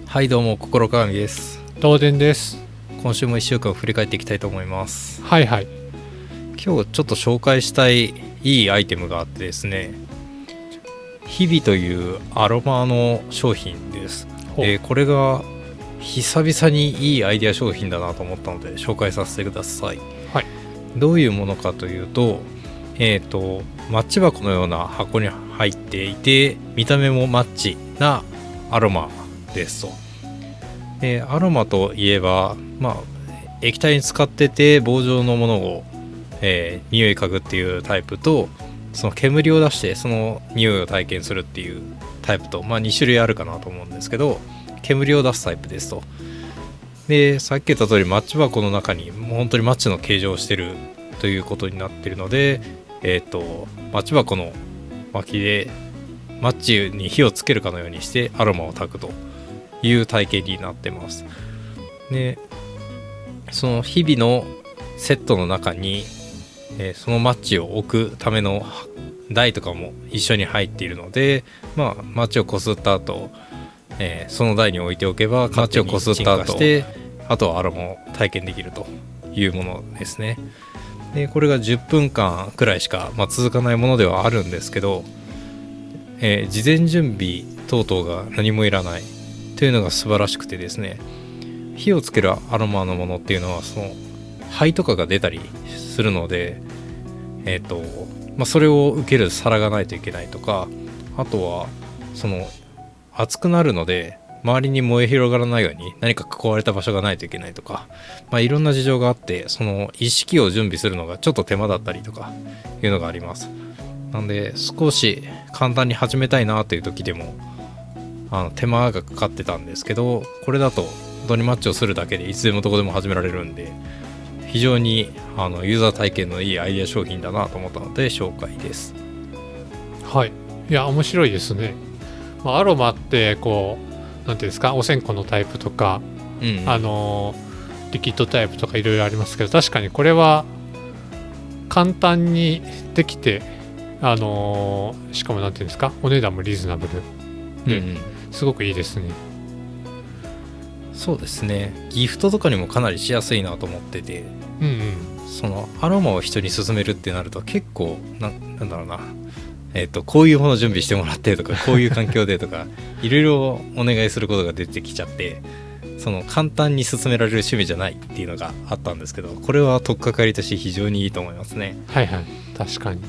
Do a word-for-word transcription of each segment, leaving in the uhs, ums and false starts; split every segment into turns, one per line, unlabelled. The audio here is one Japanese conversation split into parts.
はい、どうも心鏡です。
東電です。
今週もいっしゅうかん振り返っていきたいと思います。
はいはい。
今日ちょっと紹介したいいいアイテムがあってですね、日々というアロマの商品です。えー、これが久々にいいアイデア商品だなと思ったので紹介させてください。
はい。
どういうものかというと、えーとマッチ箱のような箱に入っていて、見た目もマッチなアロマですと。でアロマといえば、まあ、液体に使ってて棒状のものを、えー、匂い嗅ぐっていうタイプと、その煙を出してその匂いを体験するっていうタイプと、まあ、に種類あるかなと思うんですけど、煙を出すタイプですと。でさっき言った通りマッチ箱の中にもう本当にマッチの形状をしてるということになっているので、えーとマッチ箱の薪でマッチに火をつけるかのようにしてアロマを焚くという体験になってます。でその日々のセットの中に、えー、そのマッチを置くための台とかも一緒に入っているので、まあ、マッチをこすった後、えー、その台に置いておけばマッチをこすった後してあとはアロマを体験できるというものですね。でこれがじゅっぷんかんくらいしか、まあ、続かないものではあるんですけど、えー、事前準備等々が何もいらないというのが素晴らしくてですね、火をつけるアロマのものっていうのはその灰とかが出たりするので、えーとまあ、それを受ける皿がないといけないとか、あとはその熱くなるので周りに燃え広がらないように何か囲われた場所がないといけないとか、まあ、いろんな事情があって、その一式を準備するのがちょっと手間だったりとかいうのがあります。なんで少し簡単に始めたいなという時でもあの手間がかかってたんですけど、これだとドニマッチをするだけでいつでもどこでも始められるんで、非常にあのユーザー体験のいいアイデア商品だなと思ったので紹介です。
はい。いや面白いですね。まあ、アロマってこうなんていうんですか、お線香のタイプとか、うんうん、あのリキッドタイプとかいろいろありますけど、確かにこれは簡単にできて、あのしかもなんていうんですか、お値段もリーズナブルで、うんうん、すごくいいですね。
そうですね。ギフトとかにもかなりしやすいなと思ってて、
うんうん、
そのアロマを人に勧めるってなると結構 な, なんだろうなえー、とこういうもの準備してもらってとか、こういう環境でとかいろいろお願いすることが出てきちゃって、その簡単に進められる趣味じゃないっていうのがあったんですけど、これは取っかかりとして非常にいいと思いますね。
はいはい、確かに。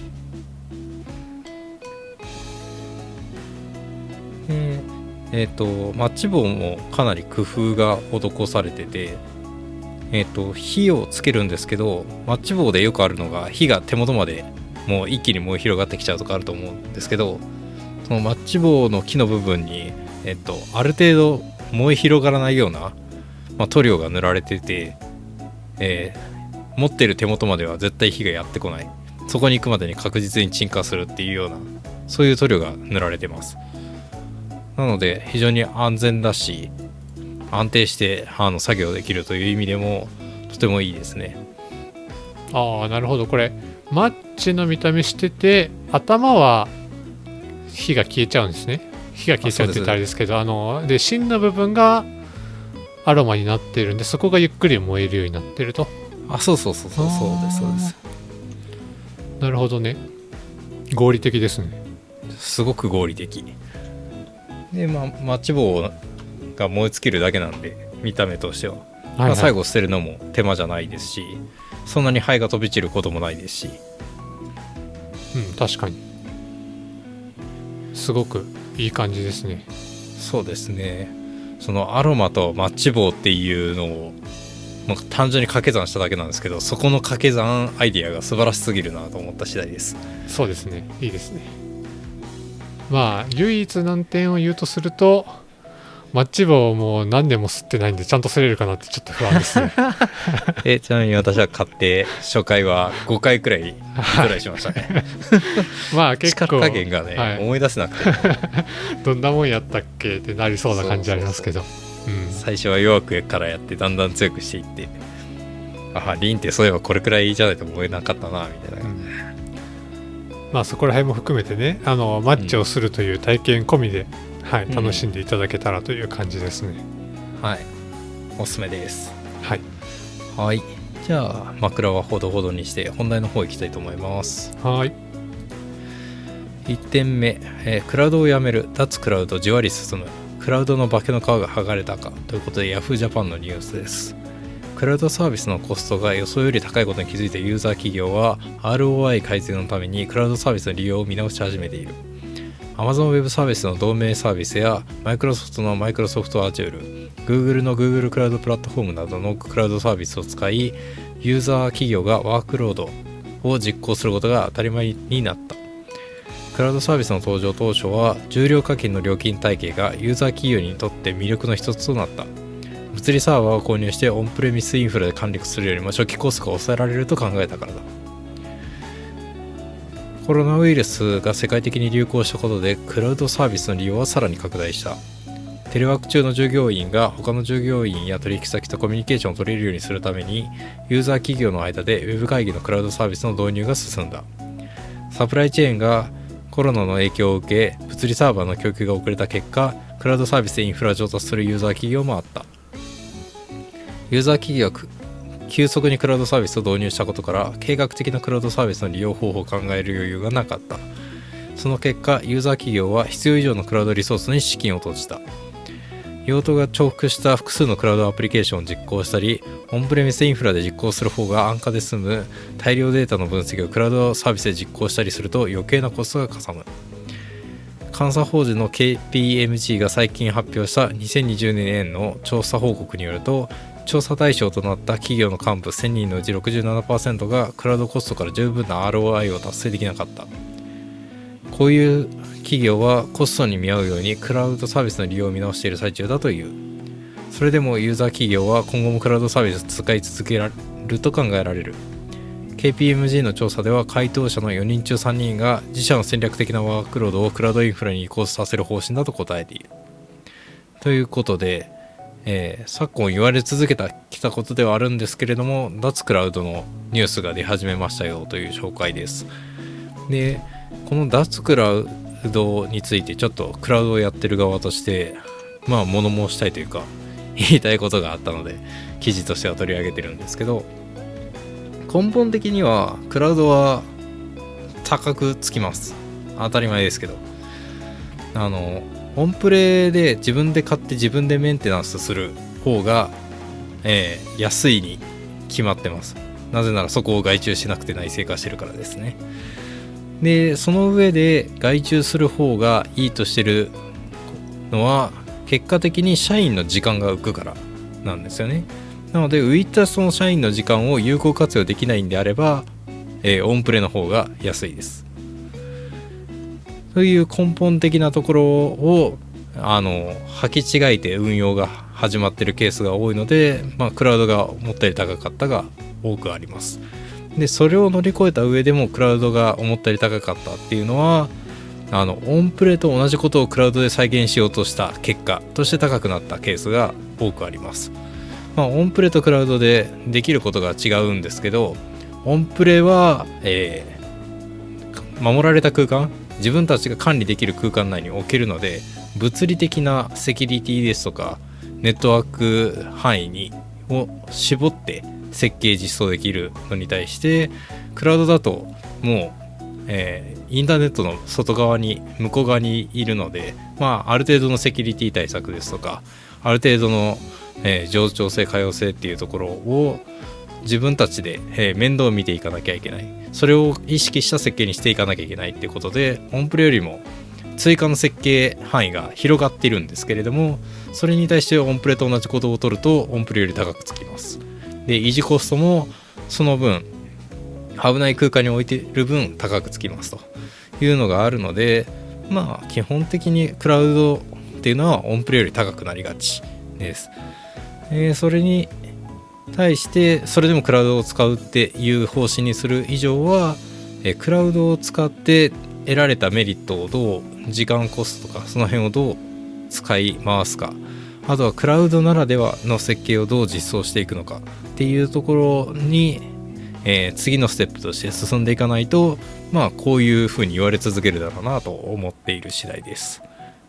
えー、えーとマッチ棒もかなり工夫が施されてて、えーと火をつけるんですけど、マッチ棒でよくあるのが火が手元までもう一気に燃え広がってきちゃうとかあると思うんですけど、そのマッチ棒の木の部分に、えっと、ある程度燃え広がらないような、まあ、塗料が塗られてて、えー、持ってる手元までは絶対火がやってこない、そこに行くまでに確実に鎮火するっていうような、そういう塗料が塗られてます。なので非常に安全だし安定してあの作業できるという意味でもとてもいいですね。
ああ、なるほど。これマッチの見た目してて、頭は火が消えちゃうんですね。火が消えちゃうって言ったらあれですけど、あので芯の部分がアロマになってるんで、そこがゆっくり燃えるようになってると。
あ、そうそうそうそうそうですそうです。
なるほどね。合理的ですね。
すごく合理的で、まあ、マッチ棒が燃え尽きるだけなんで、見た目としては、はいはい、まあ、最後捨てるのも手間じゃないですし、そんなに灰が飛び散ることもないですし、
うん、確かにすごくいい感じですね。
そうですね。そのアロマとマッチ棒っていうのを、まあ、単純に掛け算しただけなんですけど、そこの掛け算アイディアが素晴らしすぎるなと思った次第です。
そうですね、いいですね。まあ唯一難点を言うとすると、マッチ棒をもう何年も吸ってないんでちゃんと吸れるかなってちょっと不安ですね。
えちなみに私は買って初回はごかいくらいぐらいしましたね。
まあ結構
力加減がね、はい、思い出せなくて
どんなもんやったっけってなりそうな感じありますけど、
最初は弱くからやってだんだん強くしていって、あリンってそういえばこれくらいじゃないと思えなかったなみたいな、うん、
まあそこら辺も含めてね、あのマッチをするという体験込みで、うん、 はい、楽しんでいただけたらという感じですね。
うん、はい、おすすめです。
はい、
はい、じゃあ枕はほどほどにして本題の方行きたいと思います。
はい。
いってんめ、えー、クラウドをやめる、脱クラウドじわり進む、クラウドの化けの皮が剥がれたかということで Yahoo! ジャパンのニュースです。クラウドサービスのコストが予想より高いことに気づいたユーザー企業は アールオーアイ 改善のためにクラウドサービスの利用を見直し始めている。 Amazon Web サービスの同名サービスや Microsoft の Microsoft Azure、 Google の Google クラウドプラットフォームなどのクラウドサービスを使い、ユーザー企業がワークロードを実行することが当たり前になった。クラウドサービスの登場当初は重量課金の料金体系がユーザー企業にとって魅力の一つとなった。物理サーバーを購入してオンプレミスインフラで管理するよりも初期コストが抑えられると考えたからだ。コロナウイルスが世界的に流行したことでクラウドサービスの利用はさらに拡大した。テレワーク中の従業員が他の従業員や取引先とコミュニケーションを取れるようにするためにユーザー企業の間でウェブ会議のクラウドサービスの導入が進んだ。サプライチェーンがコロナの影響を受け物理サーバーの供給が遅れた結果、クラウドサービスでインフラを調達するユーザー企業もあった。ユーザー企業が急速にクラウドサービスを導入したことから計画的なクラウドサービスの利用方法を考える余裕がなかった。その結果ユーザー企業は必要以上のクラウドリソースに資金を投じた。用途が重複した複数のクラウドアプリケーションを実行したり、オンプレミスインフラで実行する方が安価で済む大量データの分析をクラウドサービスで実行したりすると余計なコストがかさむ。監査法人の ケーピーエムジー が最近発表したにせんにじゅうねんの調査報告によると、調査対象となった企業の幹部せんにんのうち ろくじゅうななパーセント がクラウドコストから十分な アールオーアイ を達成できなかった。こういう企業はコストに見合うようにクラウドサービスの利用を見直している最中だという。それでもユーザー企業は今後もクラウドサービスを使い続けられると考えられる。 ケーピーエムジー の調査では回答者のよにん中さんにんが自社の戦略的なワークロードをクラウドインフラに移行させる方針だと答えている。ということで、えー、昨今言われ続けてきたことではあるんですけれども、脱クラウドのニュースが出始めましたよという紹介です。で、この脱クラウドについてちょっとクラウドをやってる側としてまあ物申したいというか言いたいことがあったので記事としては取り上げてるんですけど、根本的にはクラウドは高くつきます。当たり前ですけど、あのオンプレで自分で買って自分でメンテナンスする方が、えー、安いに決まってます。なぜならそこを外注しなくて内製化してるからですね。でその上で外注する方がいいとしてるのは結果的に社員の時間が浮くからなんですよね。なので浮いたその社員の時間を有効活用できないんであれば、えー、オンプレの方が安いです。という根本的なところをあの履き違えて運用が始まっているケースが多いので、まあ、クラウドが思ったより高かったが多くあります。でそれを乗り越えた上でもクラウドが思ったより高かったっていうのは、あのオンプレと同じことをクラウドで再現しようとした結果として高くなったケースが多くあります。まあ、オンプレとクラウドでできることが違うんですけど、オンプレは、えー、守られた空間、自分たちが管理できる空間内に置けるので、物理的なセキュリティですとかネットワーク範囲にを絞って設計実装できるのに対して、クラウドだともう、えー、インターネットの外側に向こう側にいるので、まあ、ある程度のセキュリティ対策ですとかある程度の、えー、冗長性可用性っていうところを自分たちで、えー、面倒を見ていかなきゃいけない。それを意識した設計にしていかなきゃいけないっていうことで、オンプレよりも追加の設計範囲が広がっているんですけれども、それに対してオンプレと同じことを取るとオンプレより高くつきます。で維持コストもその分危ない空間に置いている分高くつきますというのがあるので、まあ基本的にクラウドっていうのはオンプレより高くなりがちです。えー、それに対してそれでもクラウドを使うっていう方針にする以上は、えー、クラウドを使って得られたメリットをどう、時間コストとかその辺をどう使い回すか、あとはクラウドならではの設計をどう実装していくのかっていうところに、えー、次のステップとして進んでいかないと、まあこういうふうに言われ続けるだろうなと思っている次第です。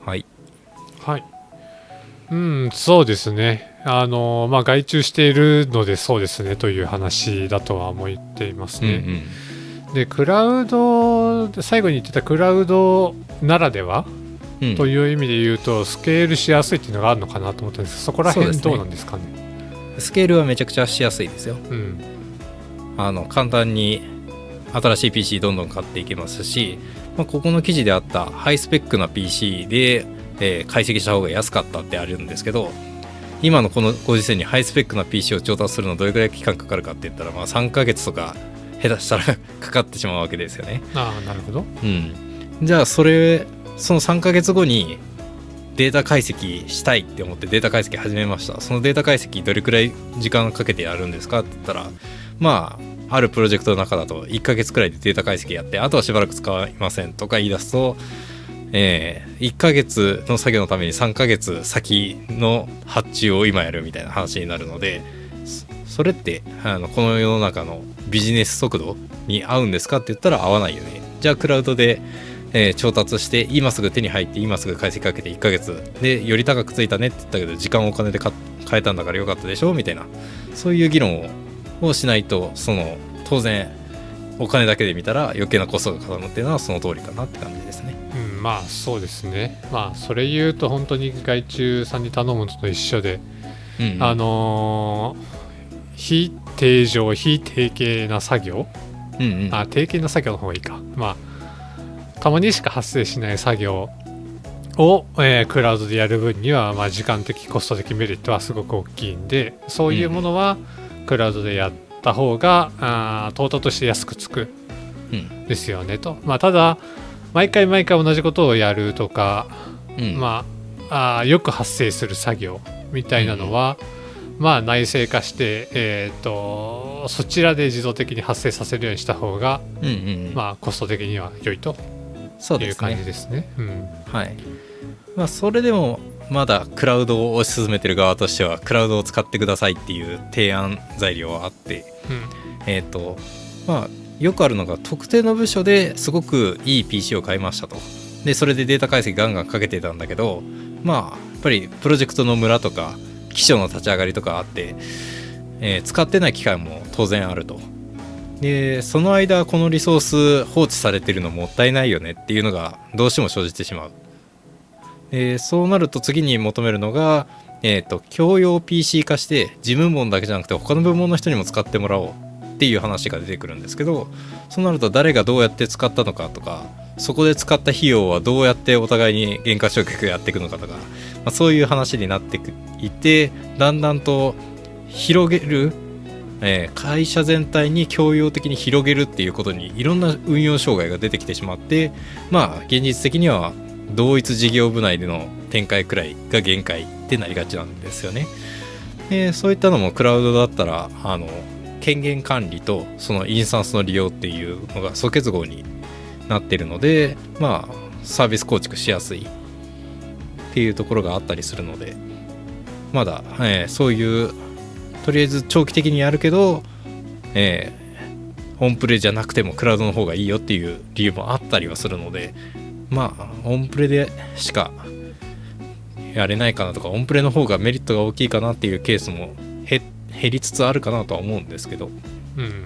はい。
はい。うん、そうですね。あの、まあ、外注しているのでそうですねという話だとは思っていますね。うんうん、で、クラウド、最後に言ってたクラウドならでは、うん、という意味で言うと、スケールしやすいっていうのがあるのかなと思ったんですけど、そこら辺どうなんですかね。
スケールはめちゃくちゃしやすいですよ。うん、あの簡単に新しい ピーシー どんどん買っていけますし、まあ、ここの記事であったハイスペックな ピーシー で、えー、解析した方が安かったってあるんですけど、今のこのご時世にハイスペックな ピーシー を調達するのどれくらい期間かかるかって言ったら、まあさんかげつとか下手したらかかってしまうわけですよね。
ああ、なるほど。
うん、じゃあそれそのさんかげつごにデータ解析したいって思ってデータ解析始めました。そのデータ解析どれくらい時間かけてやるんですかって言ったら、まああるプロジェクトの中だといっかげつくらいでデータ解析やって、あとはしばらく使いませんとか言い出すと、えー、いっかげつの作業のためにさんかげつ先の発注を今やるみたいな話になるので、それってあのこの世の中のビジネス速度に合うんですかって言ったら合わないよね。じゃあクラウドでえー、調達して今すぐ手に入って今すぐ解析かけていっかげつでより高くついたねって言ったけど時間をお金で買えたんだからよかったでしょみたいな、そういう議論をしないと、その当然お金だけで見たら余計なコストがかかるっていうのはその通りかなって感じですね。
うん、まあそうですね。まあそれ言うと本当に外注さんに頼むのと一緒で、うんうん、あのー、非定常非定型な作業、うんうん、あ定型な作業の方がいいか、まあたまにしか発生しない作業を、えー、クラウドでやる分には、まあ、時間的コスト的メリットはすごく大きいんで、そういうものはクラウドでやった方が、うん、あトータルとして安くつくですよねと、まあ、ただ毎回毎回同じことをやるとか、うん、まあ、あよく発生する作業みたいなのは、うん、まあ内製化して、えー、とそちらで自動的に発生させるようにした方が、うんうんうん、まあ、コスト的には良いという感じですね。うん、
はい。まあ、それでもまだクラウドを推し進めてる側としてはクラウドを使ってくださいっていう提案材料はあって、うん、えっ、ー、とまあよくあるのが特定の部署ですごくいい ピーシー を買いましたと。でそれでデータ解析ガンガンかけてたんだけど、まあやっぱりプロジェクトのムラとか機種の立ち上がりとかあって、えー、使ってない機会も当然あると。でその間このリソース放置されてるのもったいないよねっていうのがどうしても生じてしまう。でそうなると次に求めるのが、えーと、共用 ピーシー 化して事務部門だけじゃなくて他の部門の人にも使ってもらおうっていう話が出てくるんですけど、そうなると誰がどうやって使ったのかとか、そこで使った費用はどうやってお互いに減価償却やっていくのかとか、まあ、そういう話になっていて、だんだんと広げる、えー、会社全体に共用的に広げるっていうことにいろんな運用障害が出てきてしまって、まあ現実的には同一事業部内での展開くらいが限界ってなりがちなんですよね。でそういったのもクラウドだったらあの権限管理とそのインスタンスの利用っていうのが素結合になっているので、まあサービス構築しやすいっていうところがあったりするので、まだ、えー、そういうとりあえず長期的にやるけど、えー、オンプレじゃなくてもクラウドの方がいいよっていう理由もあったりはするので、まあオンプレでしかやれないかなとか、オンプレの方がメリットが大きいかなっていうケースも減りつつあるかなとは思うんですけど、
うん、うん、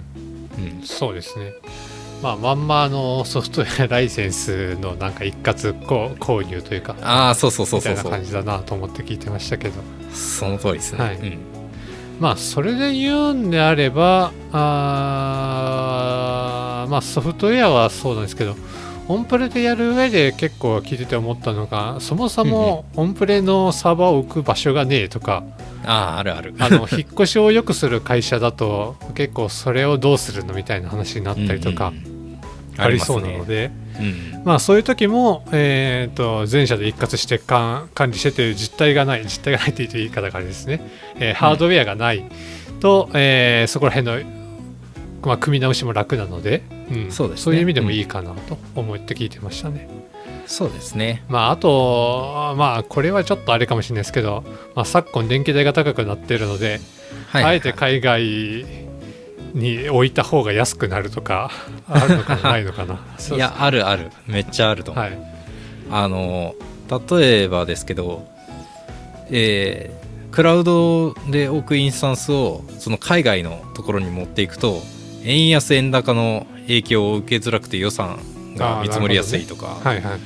そうですね。まあまんまのソフトウェアライセンスのなんか一括購入というか、
ああそうそうそうそう
みたいな感じだなと思って聞いてましたけど、
その通りですね。はい、うん、
まあそれで言うんであれば、あまあソフトウェアはそうなんですけど、オンプレでやる上で結構聞いてて思ったのが、そもそもオンプレのサーバーを置く場所がねえとか、
ああ、あるある
あの引っ越しをよくする会社だと結構それをどうするのみたいな話になったりとかありそうなので、うん、まあそういう時も、えー、と全社で一括して管理してて実態がない実態がないという言い方があれですね、えー、ハードウェアがないと、うん、えー、そこら辺の、まあ、組み直しも楽なので、うん、そうですね、そういう意味でもいいかなと思って聞いてましたね。
そうですね。
まああとまあこれはちょっとあれかもしれないですけど、まあ、昨今電気代が高くなっているので、はいはいはい、あえて海外に置いた方が安くなるとかあるのかなないのかな。
いやあるあるめっちゃあると思う、はい、あの例えばですけど、えー、クラウドで置くインスタンスをその海外のところに持っていくと円安円高の影響を受けづらくて予算が見積もりやすいとか、ね、はいはい、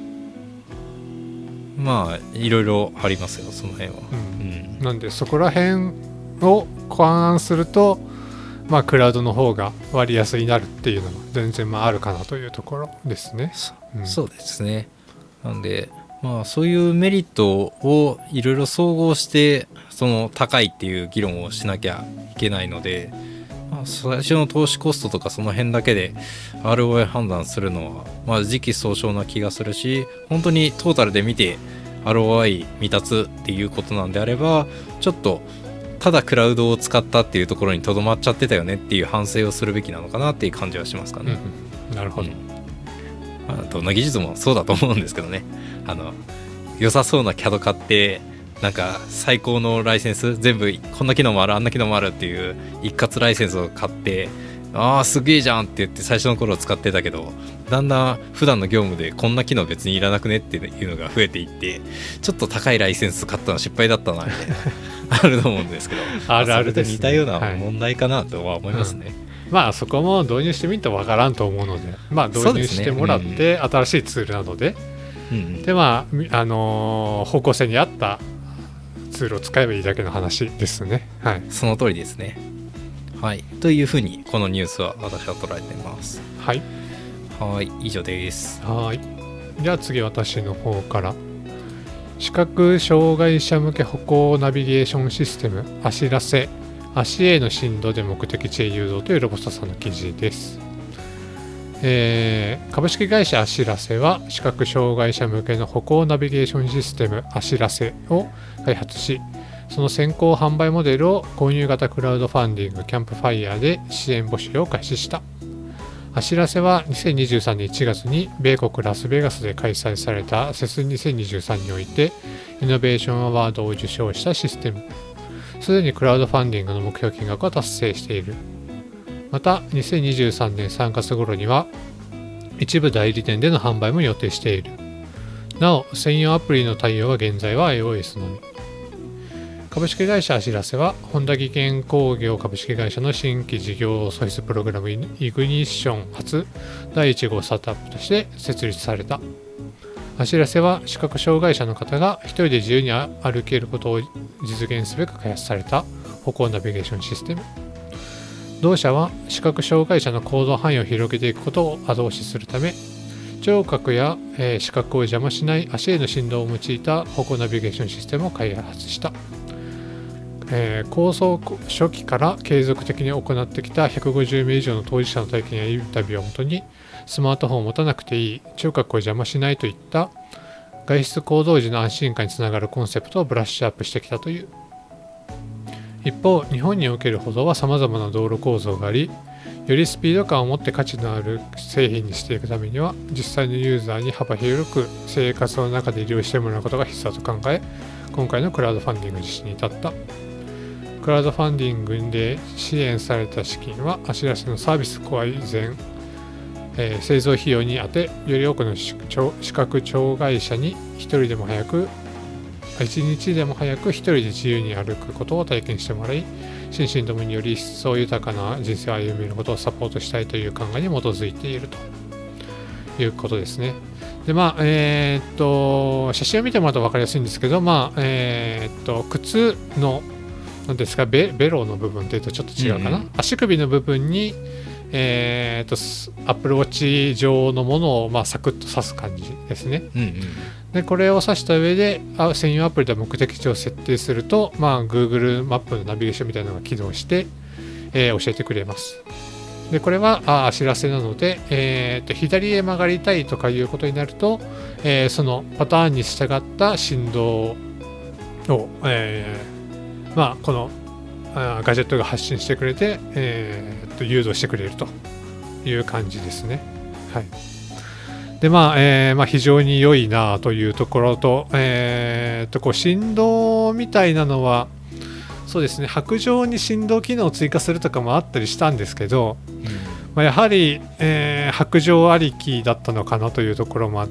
まあいろいろありますよその辺は、
うんうん、なんでそこら辺を勘案すると、まあ、クラウドの方が割安になるっていうのは全然まああるかなというところですね。
そ, うん、そうですね。なんでまあそういうメリットをいろいろ総合してその高いっていう議論をしなきゃいけないので、まあ、最初の投資コストとかその辺だけで アールオーアイ 判断するのはまあ時期尚早な気がするし、本当にトータルで見て アールオーアイ 未達っていうことなんであればちょっとただクラウドを使ったっていうところにとどまっちゃってたよねっていう反省をするべきなのかなっていう感じはしますかね、
うん、なるほど、うん、
まあ、どんな技術もそうだと思うんですけどね、あの良さそうな キャド 買ってなんか最高のライセンス全部こんな機能もあるあんな機能もあるっていう一括ライセンスを買ってあーすげえじゃんって言って最初の頃使ってたけどだんだん普段の業務でこんな機能別にいらなくねっていうのが増えていってちょっと高いライセンス買ったの失敗だったなみたいなあると思うんですけど
あるあるですね、
それと似たような問題かなとは思いますね、はい、
うん、まあそこも導入してみるとわからんと思うので、まあ導入してもらって新しいツールなので、うんうん、でまああのー、方向性に合ったツールを使えばいいだけの話ですね。はい、
その通りですね。はい、というふうにこのニュースは私は捉えています。
はい、
はい以上です。
はい、じゃあ次私の方から視覚障害者向け歩行ナビゲーションシステム足らせ足への振動で目的地へ誘導というロボスタさんの記事です。えー、株式会社足らせは視覚障害者向けの歩行ナビゲーションシステム足らせを開発し、その先行販売モデルを購入型クラウドファンディングキャンプファイヤーで支援募集を開始した。足らせはにせんにじゅうさんねんいちがつに米国ラスベガスで開催されたセスにせんにじゅうさんにおいてイノベーションアワードを受賞したシステム。すでにクラウドファンディングの目標金額は達成している。またにせんにじゅうさんねんさんがつ頃には一部代理店での販売も予定している。なお専用アプリの対応は現在は iOS のみ。株式会社足らせは本田技研工業株式会社の新規事業創出プログラムイグニッション初だいいち号スタートアップとして設立された。足らせは視覚障害者の方が一人で自由に歩けることを実現すべく開発された歩行ナビゲーションシステム。同社は視覚障害者の行動範囲を広げていくことを後押しするため、聴覚や、えー、視覚を邪魔しない足への振動を用いた歩行ナビゲーションシステムを開発した。えー、構想初期から継続的に行ってきたひゃくごじゅうめい以上の当事者の体験やインタビューをもとに、スマートフォンを持たなくていい、聴覚を邪魔しないといった外出行動時の安心感につながるコンセプトをブラッシュアップしてきたという。一方、日本における歩道はさまざまな道路構造があり、よりスピード感を持って価値のある製品にしていくためには、実際のユーザーに幅広く生活の中で利用してもらうことが必須だと考え、今回のクラウドファンディング実施に至った。クラウドファンディングで支援された資金は足らせのサービス改善、えー、製造費用に充て、より多くの視覚障害者に一人でも早く一日でも早く一人で自由に歩くことを体験してもらい、心身ともにより一層豊かな人生を歩めることをサポートしたいという考えに基づいているということですね。でまあえー、っと写真を見てもらうと分かりやすいんですけど、まあえー、っと靴の何ですか ベ, ベロの部分というとちょっと違うかな、うんうん、足首の部分にえー、とアップルウォッチ状のものを、まあ、サクッと刺す感じですね、うんうん、でこれを刺した上であ専用アプリで目的地を設定すると、まあ、Google マップのナビゲーションみたいなのが起動して、えー、教えてくれます。でこれはあ足らせなので、えー、と左へ曲がりたいとかいうことになると、えー、そのパターンに従った振動を、えーまあ、このあガジェットが発信してくれて、えー、と誘導してくれるという感じですね。はい。でまあ、えーまあ、非常に良いなというところと、えー、とこう振動みたいなのはそうですね、白状に振動機能を追加するとかもあったりしたんですけど、うんまあ、やはり、えー、白状ありきだったのかなというところもあっ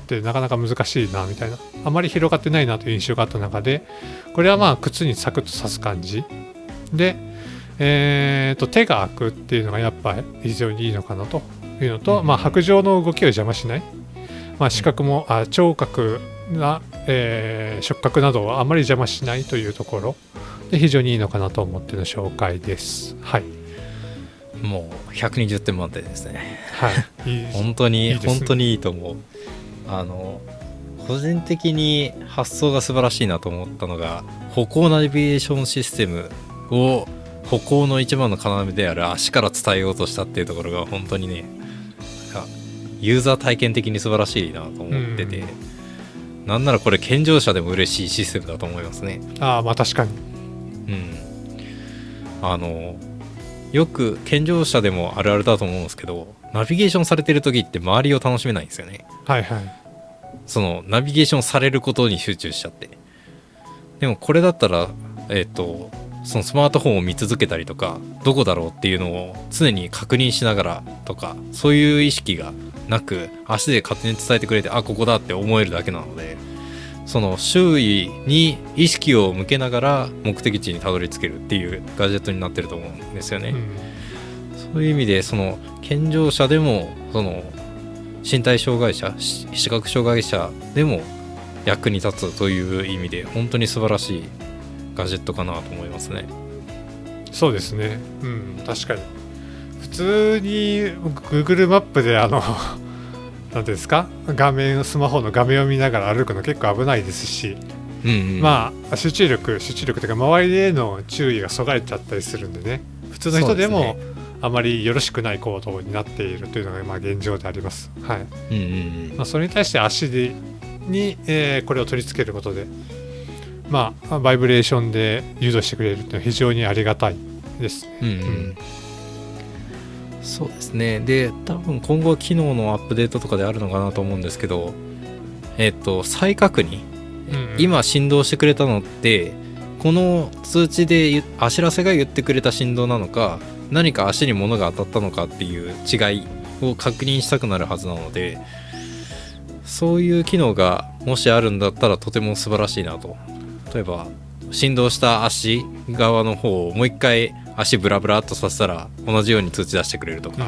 ってなかなか難しいなみたいな、あまり広がってないなという印象があった中で、これはまあ靴にサクッと刺す感じで、えー、と手が開くっていうのがやっぱり非常にいいのかなというのと、まあ、白状の動きを邪魔しない、まあ、視覚もあ聴覚な、えー触覚などはあまり邪魔しないというところで非常にいいのかなと思っての紹介です。はい、
もうひゃくにじゅってん満点ですね。
はい、いい
本当に
いいですね
本当にいいと思う。あの個人的に発想が素晴らしいなと思ったのが、歩行ナビゲーションシステムを歩行の一番の要である足から伝えようとしたっていうところが本当にね、なんかユーザー体験的に素晴らしいなと思ってて、うん、なんならこれ健常者でも嬉しいシステムだと思いますね。
ああ、まあ確かに。
うん。あのよく健常者でもあるあるだと思うんですけど、ナビゲーションされてる時って周りを楽しめないんですよね。
はいはい。
そのナビゲーションされることに集中しちゃって。でもこれだったらえっとそのスマートフォンを見続けたりとか、どこだろうっていうのを常に確認しながらとか、そういう意識がなく足で勝手に伝えてくれて、あ、ここだって思えるだけなので、その周囲に意識を向けながら目的地にたどり着けるっていうガジェットになってると思うんですよね。うん、そういう意味でその健常者でもその身体障害者、視覚障害者でも役に立つという意味で本当に素晴らしいガジェットかなと思いますね。
そうですね、うん、確かに普通に Google マップであのなんですか、画面、スマホの画面を見ながら歩くの結構危ないですし、うんうん、まあ集中力集中力というか周りへの注意がそがれちゃったりするんでね、普通の人でもあまりよろしくない行動になっているというのがまあ現状であります。はい、うんうんうん、まあ、それに対して足でに、えー、これを取り付けることで、まあ、バイブレーションで誘導してくれるというのは非常にありがたいです、ね。うんうんうん、
そうですね。で、多分今後は機能のアップデートとかであるのかなと思うんですけど、えっと再確認、うんうん、今振動してくれたのってこの通知であしらせが言ってくれた振動なのか、何か足に物が当たったのかっていう違いを確認したくなるはずなので、そういう機能がもしあるんだったらとても素晴らしいなと。例えば振動した足側の方をもう一回足ブラブラっとさせたら同じように通知出してくれるとか、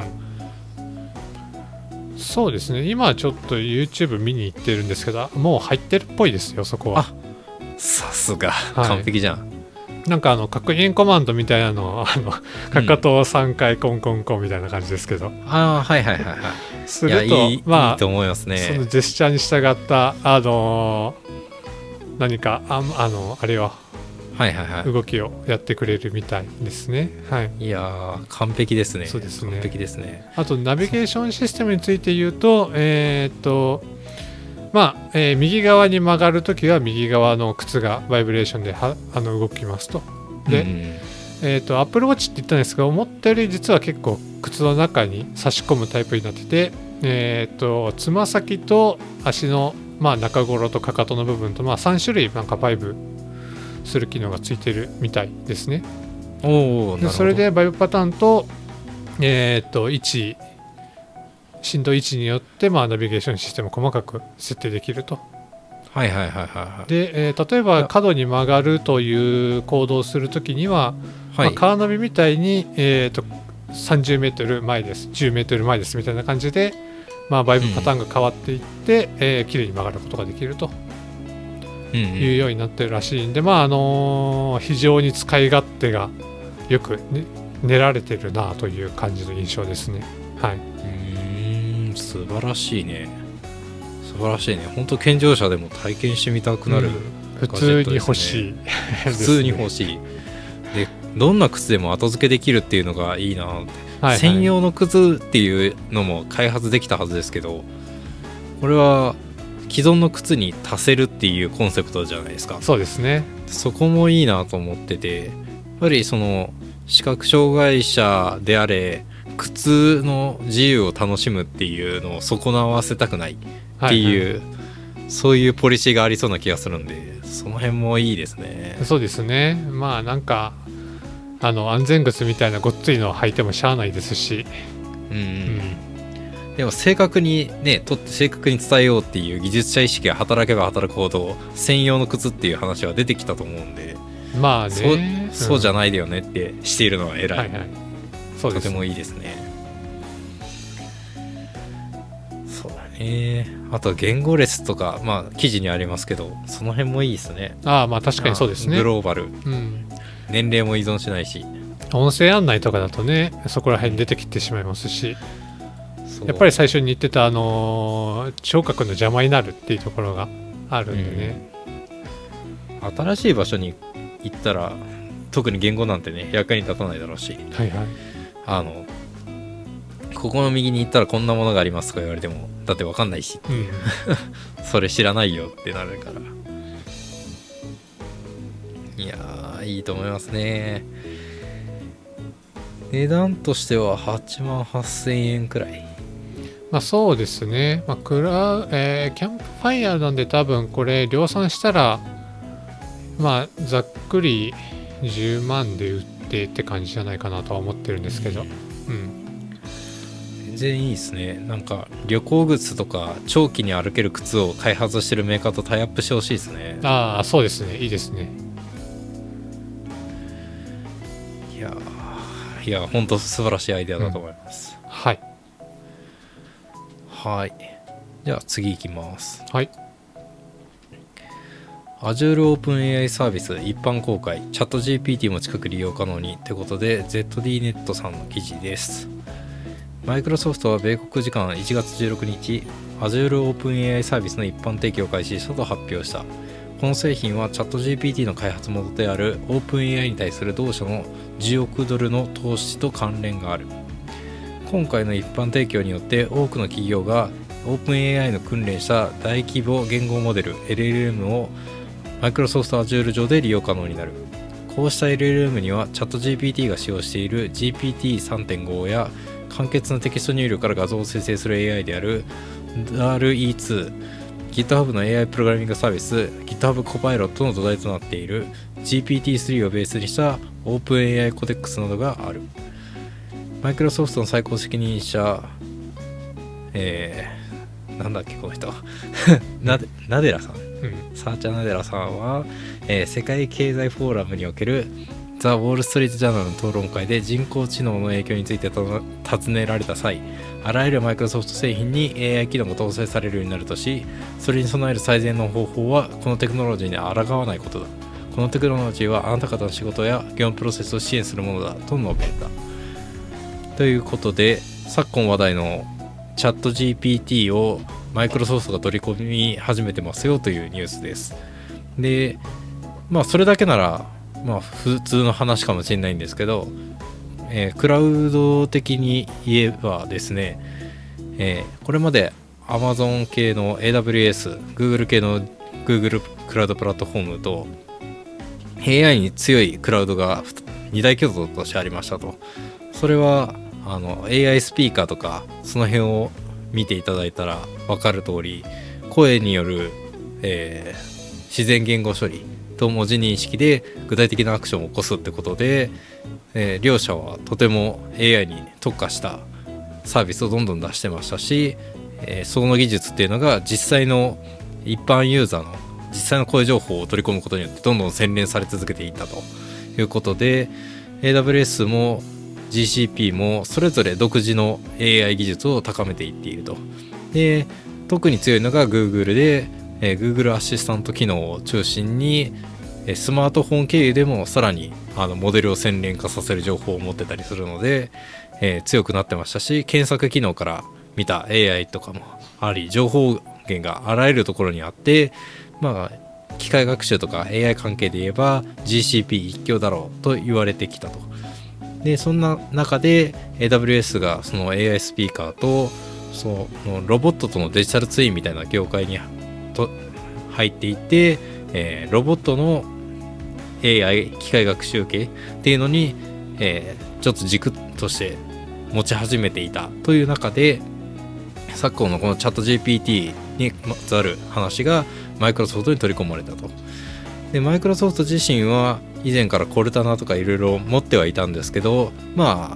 うん、そうですね。今ちょっと YouTube 見に行ってるんですけど、もう入ってるっぽいですよ、そこは。
あ、さすが、はい、完璧じゃん。
なんかあの確認コマンドみたいなのをあのかかとをさんかいコンコンコンみたいな感じですけど、うん、
ああ、はいはいはいはい。
すると、
いい、
まあ、
いいと思いますね。
そのジェスチャーに従ったあのー、何かああのあれは、はいはいはい、動きをやってくれるみたいですね。はい。
いや完璧ですね。
そうですね。
完璧ですね。
あとナビゲーションシステムについて言うと、えー、っとまあ、えー、右側に曲がるときは右側の靴がバイブレーションではあの動きますと。で、うん、えー、と Apple Watch って言ったんですが、思ったより実は結構靴の中に差し込むタイプになってて、えー、とつま先と足の、まあ、中頃とかかとの部分と、まあ、さん種類なんかバイブする機能がついてるみたいですね。おでそれでバイブパターンと、えー、と位置振動位置によって、まあ、ナビゲーションシステムを細かく設定できると。
はいはいはいはい。
で、えー、例えば角に曲がるという行動をするときには、はい、まあ、カーナビみたいに、えー、とさんじゅうメートルまえです、じゅうメートルまえですみたいな感じで、まあ、バイブパターンが変わっていって、うん、えー、綺麗に曲がることができるというようになってるらしいんで、まああのー、非常に使い勝手がよく、ね、練られてるなという感じの印象ですね。はい。う
ーん、素晴らしいね。素晴らしいね。本当健常者でも体験してみたくなる、うん、
普通に欲しい、ね、
普通に欲しいで、どんな靴でも後付けできるっていうのがいいなって、はいはい、専用の靴っていうのも開発できたはずですけど、これは既存の靴に足せるっていうコンセプトじゃないですか。
そうですね。
そこもいいなと思ってて、やっぱりその視覚障害者であれ靴の自由を楽しむっていうのを損なわせたくないっていう、はいはい、そういうポリシーがありそうな気がするんで、その辺もいいですね。
そうですね。まあなんかあの安全靴みたいなごっついのを履いてもしゃあないですし、うん、うん、
でも正確にね取って正確に伝えようっていう技術者意識が働けば働くほど専用の靴っていう話は出てきたと思うんで、
まあね、
そ,
うん、
そうじゃないだよねってしているのは偉い、
はいはい、そうですね、
とてもいいですね。そうだね。あと言語レスとか、まあ記事にありますけど、その辺もいいですね。
ああ、まあ確かにそうですね。
グローバル、
うん、
年齢も依存しないし、
音声案内とかだとねそこら辺に出てきてしまいますし、やっぱり最初に言ってたあの聴覚の邪魔になるっていうところがあるんでね、
うん、新しい場所に行ったら特に言語なんてね役に立たないだろうし、
はいはい、
あのここの右に行ったらこんなものがありますとか言われてもだって分かんないし、うん、それ知らないよってなるから、いやーいいと思いますね。値段としてははちまんはっせんえんくらい。
まあそうですね、まあクラえー、キャンプファイヤーなんで多分これ量産したらまあざっくりじゅうまんで売ってって感じじゃないかなとは思ってるんですけど、うん、
全然いいですね。なんか旅行靴とか長期に歩ける靴を開発してるメーカーとタイアップしてほしいですね。
ああそうですね、いいですね。
いやいや本当素晴らしいアイデアだと思います、
うん、はい
はい。じゃあ次いきます。
はい。
Azure OpenAI サービス一般公開、チャット ジーピーティー も近く利用可能にってことで ゼットディーネット さんの記事です。マイクロソフトは米国時間いちがつじゅうろくにち Azure OpenAI サービスの一般提供を開始したと発表した。この製品はチャット ジーピーティー の開発元である OpenAI に対する同社のじゅうおくドルの投資と関連がある。今回の一般提供によって多くの企業が OpenAI の訓練した大規模言語モデル エルエルエム を Microsoft Azure 上で利用可能になる。こうした エルエルエム にはチャット ジーピーティー が使用している ジーピーティーさんてんご や簡潔なテキスト入力から画像を生成する エーアイ である ダールイーツー、GitHub の エーアイ プログラミングサービス GitHub Copilot の土台となっている ジーピーティースリー をベースにした OpenAI コデックスなどがある。マイクロソフトの最高責任者、えー、なんだっけこの人なでナデラさん、うん、サーチャーナデラさんは、えー、世界経済フォーラムにおけるザ・ウォール・ストリート・ジャーナルの討論会で人工知能の影響について尋ねられた際、あらゆるマイクロソフト製品に エーアイ 機能が搭載されるようになるとし、それに備える最善の方法はこのテクノロジーに抗わないことだ。このテクノロジーはあなた方の仕事や業務プロセスを支援するものだと述べた。ということで、昨今話題のチャット ジーピーティー をマイクロソフトが取り込み始めてますよというニュースです。で、まあそれだけならまあ普通の話かもしれないんですけど、えー、クラウド的に言えばですね、えー、これまで Amazon 系の エーダブリューエス、Google 系の Google クラウドプラットフォームと エーアイ に強いクラウドが二大巨頭としてありましたと。それはあの エーアイ スピーカーとかその辺を見ていただいたら分かる通り、声による、えー、自然言語処理と文字認識で具体的なアクションを起こすってことで、えー、両者はとても エーアイ に特化したサービスをどんどん出してましたし、えー、その技術っていうのが実際の一般ユーザーの実際の声情報を取り込むことによってどんどん洗練され続けていったということで、 エーダブリューエス も ジーシーピー もそれぞれ独自の エーアイ 技術を高めていっていると。で、特に強いのが Google で、えー、Google アシスタント機能を中心に、えー、スマートフォン経由でもさらにあのモデルを洗練化させる情報を持ってたりするので、えー、強くなってましたし、検索機能から見た エーアイ とかもあり、情報源があらゆるところにあって、まあ機械学習とか エーアイ 関係で言えば ジーシーピー 一強だろうと言われてきたと。で、そんな中で エーダブリューエス がその エーアイ スピーカーとそのロボットとのデジタルツインみたいな業界にと入っていて、えー、ロボットの エーアイ 機械学習系っていうのに、えー、ちょっと軸として持ち始めていたという中で、昨今のこのチャット ジーピーティー にまつわる話がマイクロソフトに取り込まれたと。で、マイクロソフト自身は以前からコルタナとかいろいろ持ってはいたんですけど、まあ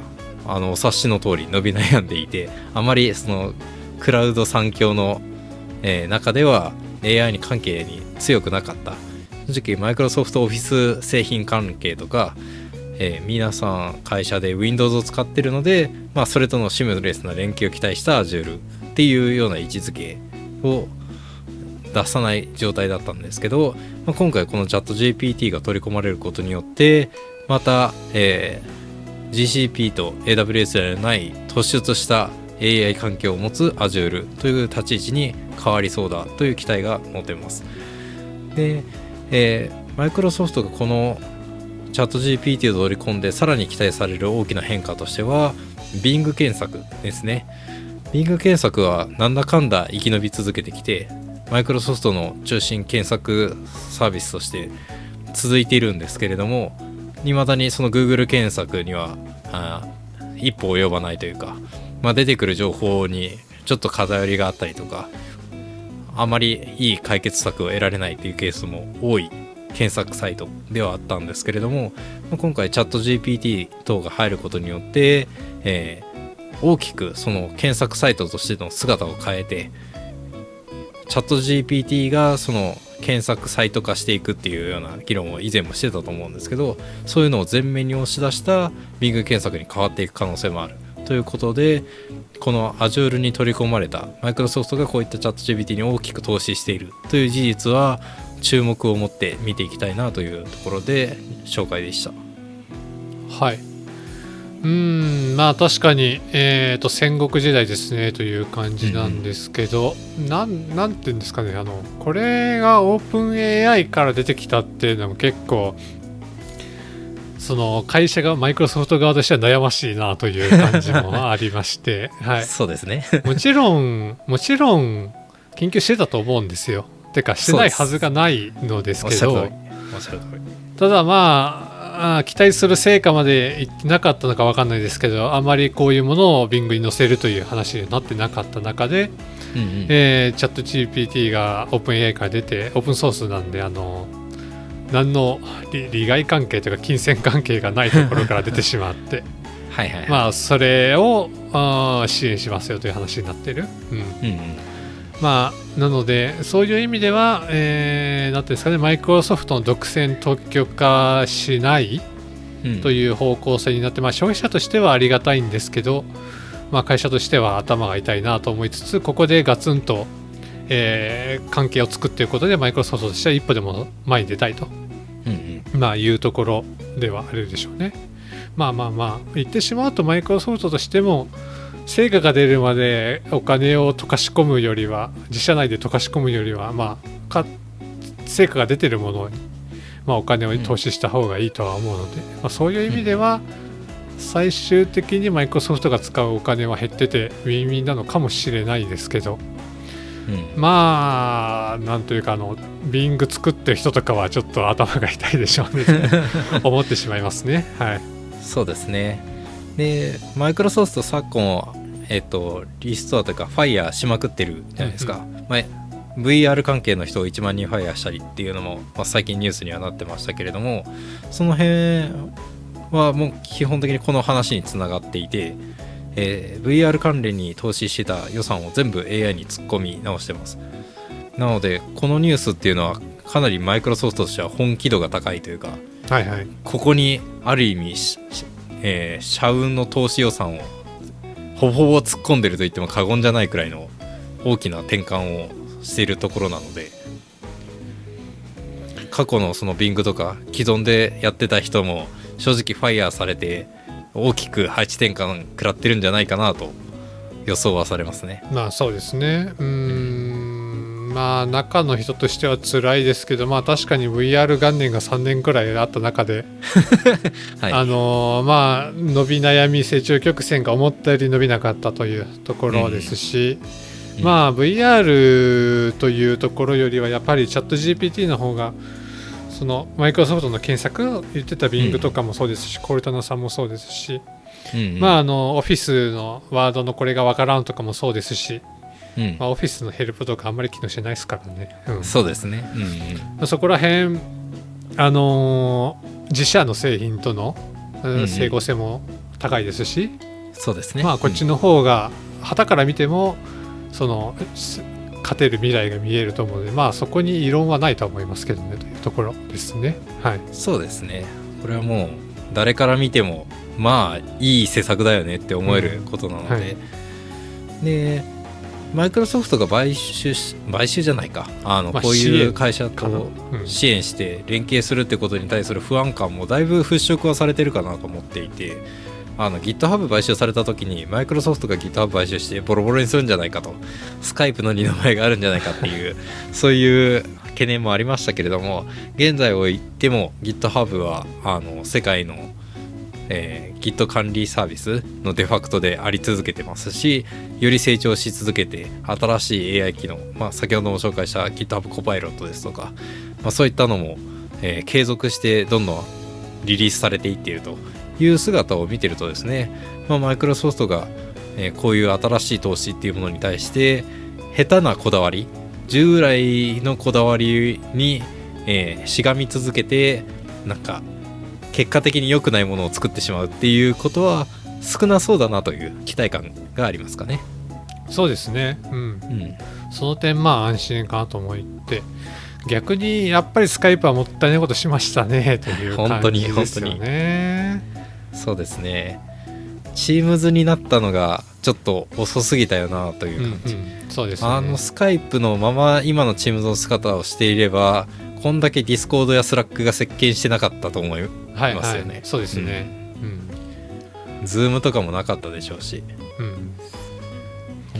あのお察しの通り伸び悩んでいて、あまりそのクラウド産業の、えー、中では エーアイ に関係に強くなかった。正直マイクロソフトオフィス製品関係とか、えー、皆さん会社で Windows を使ってるので、まあ、それとのシムレスな連携を期待した Azure っていうような位置づけを出さない状態だったんですけど、まあ、今回このチャット ジーピーティー が取り込まれることによってまた、えー、ジーシーピー と エーダブリューエス ではない突出した エーアイ 環境を持つ Azure という立ち位置に変わりそうだという期待が持てます。で、えー、マイクロソフトがこのチャット ジーピーティー を取り込んでさらに期待される大きな変化としては Bing 検索ですね。 Bing 検索はなんだかんだ生き延び続けてきてマイクロソフトの中心検索サービスとして続いているんですけれども、未だにその Google 検索にはあ一歩及ばないというか、まあ、出てくる情報にちょっと偏りがあったりとか、あまりいい解決策を得られないというケースも多い検索サイトではあったんですけれども、今回チャット ジーピーティー 等が入ることによって、えー、大きくその検索サイトとしての姿を変えて、チャット ジーピーティー がその検索サイト化していくっていうような議論を以前もしてたと思うんですけど、そういうのを前面に押し出した Bing 検索に変わっていく可能性もあるということで、この Azure に取り込まれたマイクロソフトがこういったチャット ジーピーティー に大きく投資しているという事実は注目を持って見ていきたいなというところで紹介でした。
はい、うーんまあ確かに、えー、と戦国時代ですねという感じなんですけど、うん、なんなんていうんですかね、あのこれがオープン エーアイ から出てきたっていうのも結構その会社がマイクロソフト側としては悩ましいなという感じもありまして、はい、
そうですね
もちろんもちろん研究してたと思うんですよ。てかしてないはずがないのですけど、ただまあ期待する成果までいってなかったのか分かんないですけど、あまりこういうものを Bing に載せるという話になってなかった中で、うんうんえー、チャット ジーピーティー がオープン エーアイ から出てオープンソースなんで、あの何の利害関係というか金銭関係がないところから出てしまってはいはい、はい、まあそれをあ支援しますよという話になってる、うんうんうんまあ、なのでそういう意味では、えー、なんていうんですかね、マイクロソフトの独占特許化しないという方向性になって、うんまあ、消費者としてはありがたいんですけど、まあ、会社としては頭が痛いなと思いつつ、ここでガツンと、えー、関係を作っていくことでマイクロソフトとしては一歩でも前に出たいと、うんうんまあ、いうところではあるでしょうね。まあまあまあ言ってしまうとマイクロソフトとしても成果が出るまでお金を溶かし込むよりは、自社内で溶かし込むよりは、まあ、か成果が出てるものに、まあ、お金を投資した方がいいとは思うので、うんまあ、そういう意味では最終的にマイクロソフトが使うお金は減っててウィンウィンなのかもしれないですけど、うん、まあなんというかあの Bing 作ってる人とかはちょっと頭が痛いでしょうね思ってしまいますね。はい、そうですね。
でマイクロソフト昨今、えー、とリストアというかファイヤーしまくってるじゃないですか、うんうんまあ、ブイアール 関係の人をいちまんにんファイヤーしたりっていうのも、まあ、最近ニュースにはなってましたけれども、その辺はもう基本的にこの話につながっていて、えー、ブイアール 関連に投資してた予算を全部 エーアイ に突っ込み直してます。なのでこのニュースっていうのはかなりマイクロソフトとしては本気度が高いというか、はいはい、ここにある意味えー、社運の投資予算をほぼほぼ突っ込んでると言っても過言じゃないくらいの大きな転換をしているところなので、過去のその Bing とか既存でやってた人も正直ファイヤーされて大きく配置転換食らってるんじゃないかなと予想はされますね。
まあそうですね。うーんまあ中の人としては辛いですけど、まあ確かに ブイアール 元年がさんねんくらいあった中で、はい、あのー、まあ伸び悩み成長曲線が思ったより伸びなかったというところですし、うん、まあ ブイアール というところよりはやっぱりチャット ジーピーティー の方がそのマイクロソフトの検索言ってた Bing とかもそうですし、うん、コルタナさんもそうですし、うんうん、まああのオフィスのワードのこれがわからんとかもそうですし、うんまあ、オフィスのヘルプとかあんまり機能してないですからね、うん、
そうですね、
うんうん、そこら辺あのー、自社の製品との、うんうん、整合性も高いですし、
そうですね。
まあこっちの方が旗から見てもその勝てる未来が見えると思うので、まあそこに異論はないと思いますけどねというところですね。はい。
そうですね。これはもう誰から見てもまあいい施策だよねって思えることなので、うんはい、でマイクロソフトが買収し買収じゃないかあの、まあ、こういう会社と支援して連携するってことに対する不安感もだいぶ払拭はされてるかなと思っていて、あの GitHub 買収された時にマイクロソフトが GitHub 買収してボロボロにするんじゃないかと、スカイプの二の舞があるんじゃないかっていうそういう懸念もありましたけれども、現在を言っても GitHub はあの世界のえー、Git 管理サービスのデファクトであり続けてますし、より成長し続けて新しい エーアイ 機能、まあ、先ほども紹介した GitHub コパイロットですとか、まあ、そういったのも、えー、継続してどんどんリリースされていっているという姿を見てるとですね、まあ、マイクロソフトが、えー、こういう新しい投資っていうものに対して下手なこだわり、従来のこだわりに、えー、しがみ続けてなんか結果的に良くないものを作ってしまうっていうことは少なそうだなという期待感がありますかね。
そうですね、うんうん、その点まあ安心かなと思って、逆にやっぱりスカイプはもったいないことしましたねという感じですよね。
本当に本当にそうですね。チームズになったのがちょっと遅すぎたよなという感じ、うんうん、
そうですね。
あのスカイプのまま今のチームズの姿をしていればこんだけディスコードやスラックが席巻してなかったと思いますよね、はいはい、
そうですね、
うん、ズームとかもなかったでしょうし、うん、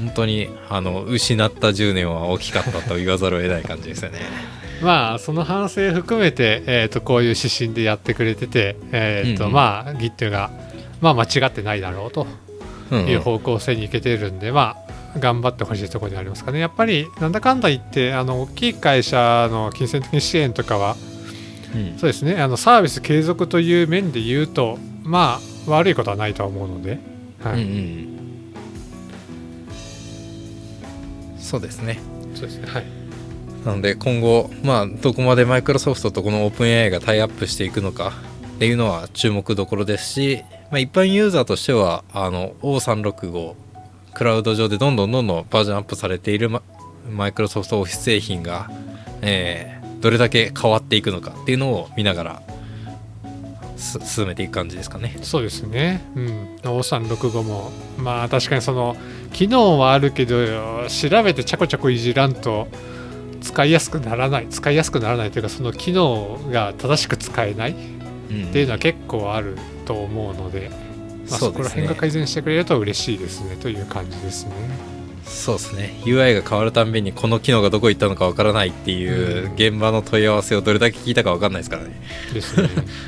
本当にあの失ったじゅうねんは大きかったと言わざるを得ない感じですよね
まあその反省含めて、えー、とこういう指針でやってくれてて、えーとうんうん、まあ Git が、まあ、間違ってないだろうという方向性にいけてるんで、うんうん、まあ頑張ってほしいところでありますかね。やっぱりなんだかんだ言ってあの大きい会社の金銭的支援とかは、うん、そうですね、あのサービス継続という面で言うとまあ悪いことはないとは思うので、はい、うんうん、
そうですね。
そうですね、はい。
なので今後まあどこまでマイクロソフトとこのオープン エーアイ がタイアップしていくのかっていうのは注目どころですし、まあ、一般ユーザーとしてはあの オーさんろくごクラウド上でどんどんどんどんバージョンアップされているマイクロソフトオフィス製品が、えー、どれだけ変わっていくのかっていうのを見ながら進めていく感じですかね。
そうですね、うん、オーさんろくごもまあ確かにその機能はあるけど調べてちゃこちゃこいじらんと使いやすくならない使いやすくならないというか、その機能が正しく使えないっていうのは結構あると思うので、まあ、そこら辺が改善してくれると嬉しいですねという感じですね。
そうですね。 ユーアイ が変わるたんびにこの機能がどこ行ったのかわからないっていう現場の問い合わせをどれだけ聞いたかわかんないですからね。
ですね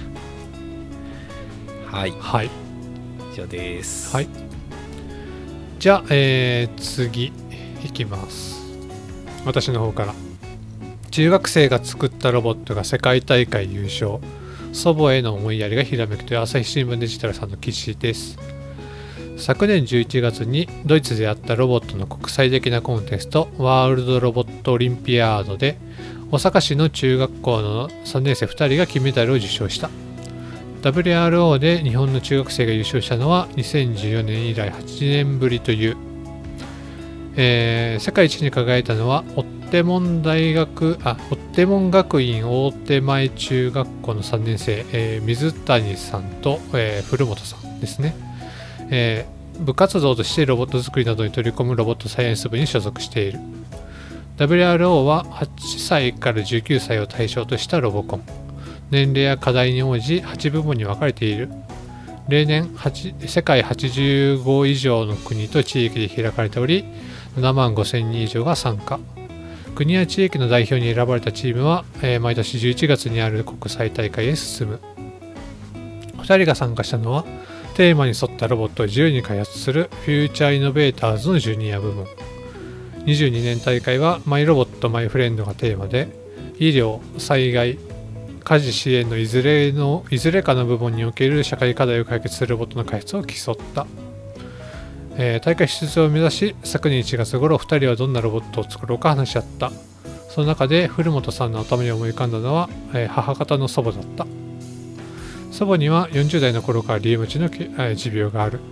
はい、
はい、
以上です。
はい、じゃあ、えー、次いきます。私の方から、中学生が作ったロボットが世界大会優勝、祖母への思いやりがひらめくという朝日新聞デジタルさんの記事です。昨年じゅういちがつにドイツであったロボットの国際的なコンテストワールドロボットオリンピアードで大阪市の中学校のさんねん生ふたりが金メダルを受賞した。 ダブリューアールオー で日本の中学生が優勝したのはにせんじゅうよねん以来はちねんぶりという、えー、世界一に輝いたのは追手門大学あ追手門学院大手前中学校のさんねん生、えー、水谷さんと、えー、古本さんですね。えー、部活動としてロボット作りなどに取り込むロボットサイエンス部に所属している。 ダブリューアールオー ははっさいからじゅうきゅうさいを対象としたロボコン。年齢や課題に応じはちぶもんに分かれている。例年世界はちじゅうご以上の国と地域で開かれておりななまんごせんにん以上が参加。国や地域の代表に選ばれたチームは、えー、毎年じゅういちがつにある国際大会へ進む。ふたりが参加したのはテーマに沿ったロボットを自由に開発するフューチャーイノベーターズのジュニア部門。にじゅうにねん大会はマイロボットマイフレンドがテーマで、医療、災害、家事支援のいずれのいずれかの部門における社会課題を解決するロボットの開発を競った。えー、大会出場を目指し昨年いちがつ頃ふたりはどんなロボットを作ろうか話し合った。その中で古本さんの頭に思い浮かんだのは、えー、母方の祖母だった。祖母にはよんじゅう代の頃からリウマチの持病がある。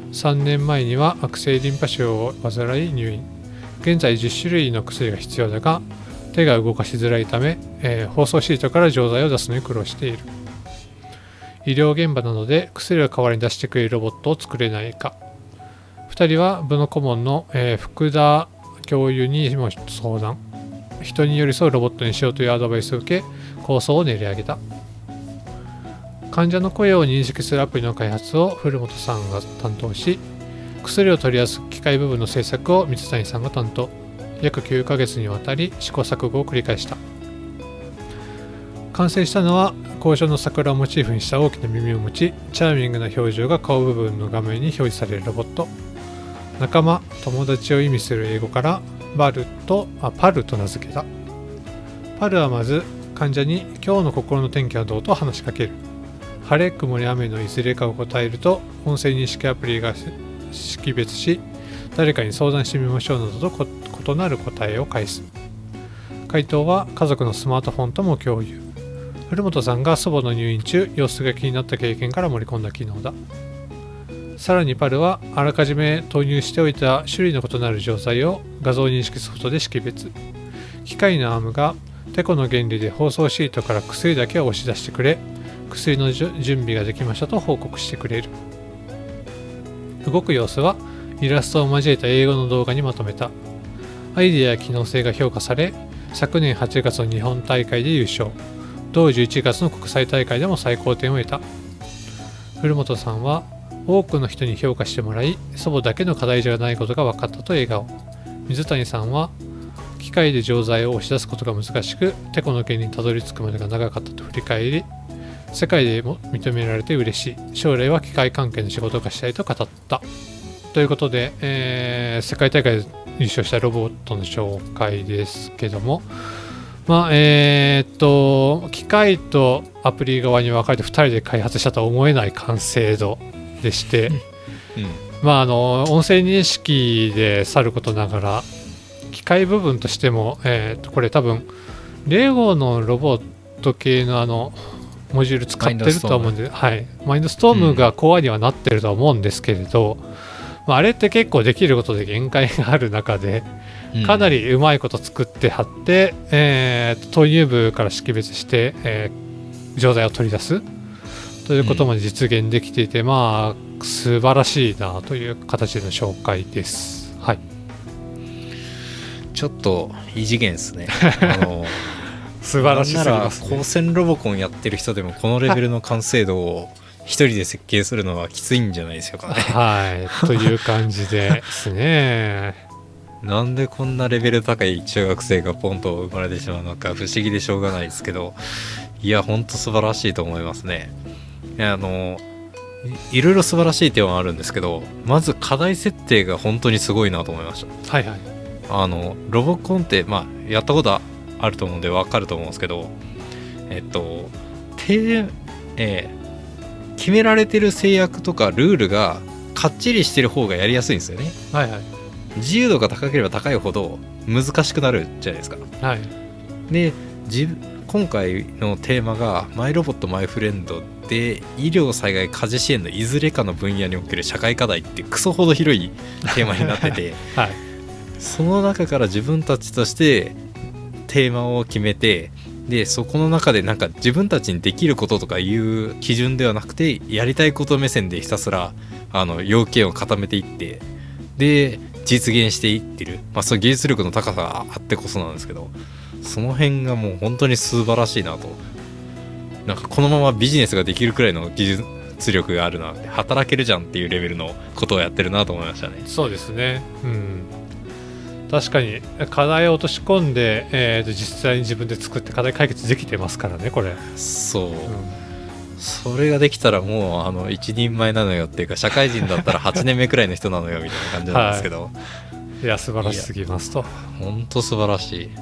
さんねんまえには悪性リンパ腫を患い入院。現在じゅっしゅるいの薬が必要だが手が動かしづらいため、えー、包装シートから錠剤を出すのに苦労している。医療現場などで薬を代わりに出してくれるロボットを作れないか。ふたりは部の顧問の、えー、福田教諭にも相談。人に寄り添うロボットにしようというアドバイスを受け構想を練り上げた。患者の声を認識するアプリの開発を古本さんが担当し、薬を取り出す機械部分の制作を水谷さんが担当。約きゅうかげつにわたり試行錯誤を繰り返した。完成したのは高所の桜をモチーフにした大きな耳を持ち、チャーミングな表情が顔部分の画面に表示されるロボット。仲間、友達を意味する英語からバルとあパルと名付けた。パルはまず患者に今日の心の天気はどうと話しかける。晴れ、曇り、雨のいずれかを答えると音声認識アプリが識別し、誰かに相談してみましょうなどと異なる答えを返す。回答は家族のスマートフォンとも共有。古本さんが祖母の入院中、様子が気になった経験から盛り込んだ機能だ。さらにパルはあらかじめ投入しておいた種類の異なる錠剤を画像認識ソフトで識別。機械のアームがテコの原理で包装シートから薬だけを押し出してくれ、薬の準備ができましたと報告してくれる。動く様子はイラストを交えた英語の動画にまとめた。アイデアや機能性が評価され、昨年はちがつの日本大会で優勝、同じゅういちがつの国際大会でも最高点を得た。古本さんは多くの人に評価してもらい、祖母だけの課題じゃないことが分かったと笑顔。水谷さんは機械で錠剤を押し出すことが難しく、テコの原理にたどり着くまでが長かったと振り返り、世界でも認められて嬉しい。将来は機械関係の仕事がしたいと語った。ということで、えー、世界大会で優勝したロボットの紹介ですけども、まあえー、っと機械とアプリ側に分かれてふたりで開発したとは思えない完成度でして、うんうん、まああの音声認識でさることながら機械部分としても、えー、っとこれ多分レゴのロボット系のあのモジュール使ってると思うんで、はい、マインドストームがコアにはなってるとは思うんですけれど、うんまあ、あれって結構できることで限界がある中でかなりうまいこと作って貼って、うんえー、投入部から識別して、えー、錠剤を取り出すということまで実現できていて、うん、まあ素晴らしいなという形での紹介です。はい、
ちょっと異次元ですね。あの
素晴らしすぎますね。
なんなら高専ロボコンやってる人でもこのレベルの完成度を一人で設計するのはきついんじゃないでしょうかね。
はいという感じですね。
なんでこんなレベル高い中学生がポンと生まれてしまうのか不思議でしょうがないですけど、いやほんと素晴らしいと思いますね。いやあの い, いろいろ素晴らしい点はあるんですけど、まず課題設定が本当にすごいなと思いました。
はいはい。
あのロボコンってまあやったことあると思うんで分かると思うんですけど、えっとて、えー、決められてる制約とかルールがかっちりしてる方がやりやすいんですよね。
はいはい。
自由度が高ければ高いほど難しくなるじゃないですか。
はい。
で自今回のテーマがマイロボットマイフレンドで、医療災害家事支援のいずれかの分野における社会課題ってクソほど広いテーマになってて、はい、その中から自分たちとしてテーマを決めて、でそこの中でなんか自分たちにできることとかいう基準ではなくて、やりたいこと目線でひたすらあの要件を固めていって、で実現していってる、まあ、そういう技術力の高さがあってこそなんですけど、その辺がもう本当に素晴らしいなと。なんかこのままビジネスができるくらいの技術力があるなって、働けるじゃんっていうレベルのことをやってるなと思いましたね。
そうですね、うん、確かに課題を落とし込んで、えー、実際に自分で作って課題解決できてますからねこれ。
そう、うん、それができたらもうあの一人前なのよっていうか、社会人だったらはちねんめくらいの人なのよみたいな感じなんですけど、はい、
いや素晴らしすぎますと。
本当素晴らしい。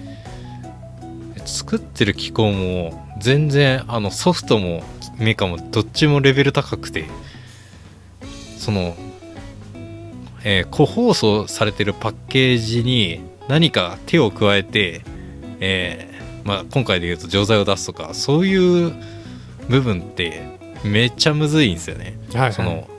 作ってる機構も全然あのソフトもメカもどっちもレベル高くて、その、えー、個包装されてるパッケージに何か手を加えて、えーまあ、今回で言うと錠剤を出すとか、そういう部分ってめっちゃむずいんですよね、はいはい、その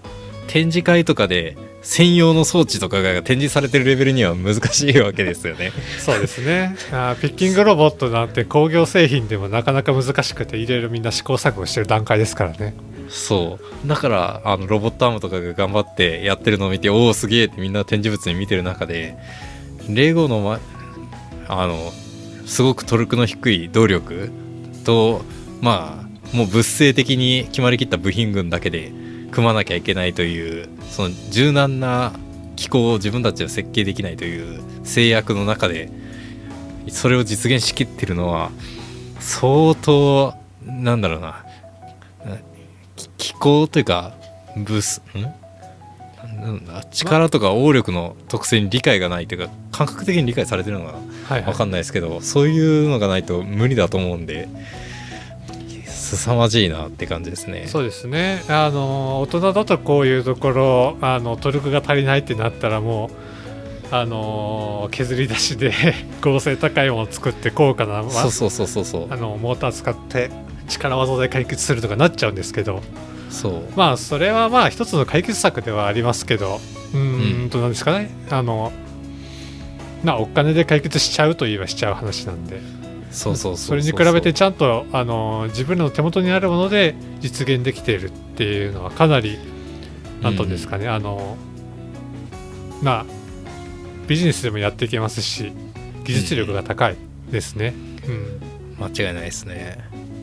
展示会とかで専用の装置とかが展示されてるレベルには難しいわけですよね。
そうですね。あピッキングロボットなんて工業製品でもなかなか難しくていろいろみんな試行錯誤してる段階ですからね。
そうだからあのロボットアームとかが頑張ってやってるのを見ておおすげえってみんな展示物に見てる中でレゴの、ま、あのすごくトルクの低い動力とまあもう物性的に決まりきった部品群だけで組まなきゃいけないというその柔軟な機構を自分たちで設計できないという制約の中でそれを実現しきってるのは相当なんだろうな機構というかブスんなんだ力とか応力の特性に理解がないというか感覚的に理解されてるのかな、はいはい、分かんないですけどそういうのがないと無理だと思うんで凄まじいなって感じですね。
そうですね。あの大人だとこういうところあのトルクが足りないってなったらもうあの削り出しで合成高いものを作って高価な
そうそうそうそうそう
あのモーター使って力技で解決するとかなっちゃうんですけど、
そう
まあそれはまあ一つの解決策ではありますけどうーんとなんですかね、あのまあお金で解決しちゃうといえばしちゃう話なんで、
そうそうそうそう
それに比べてちゃんとあの自分の手元にあるもので実現できているっていうのはかなりなんとですかね、うん、あのまあビジネスでもやっていけますし技術力が高いですね、うん
うん、間違いないですね。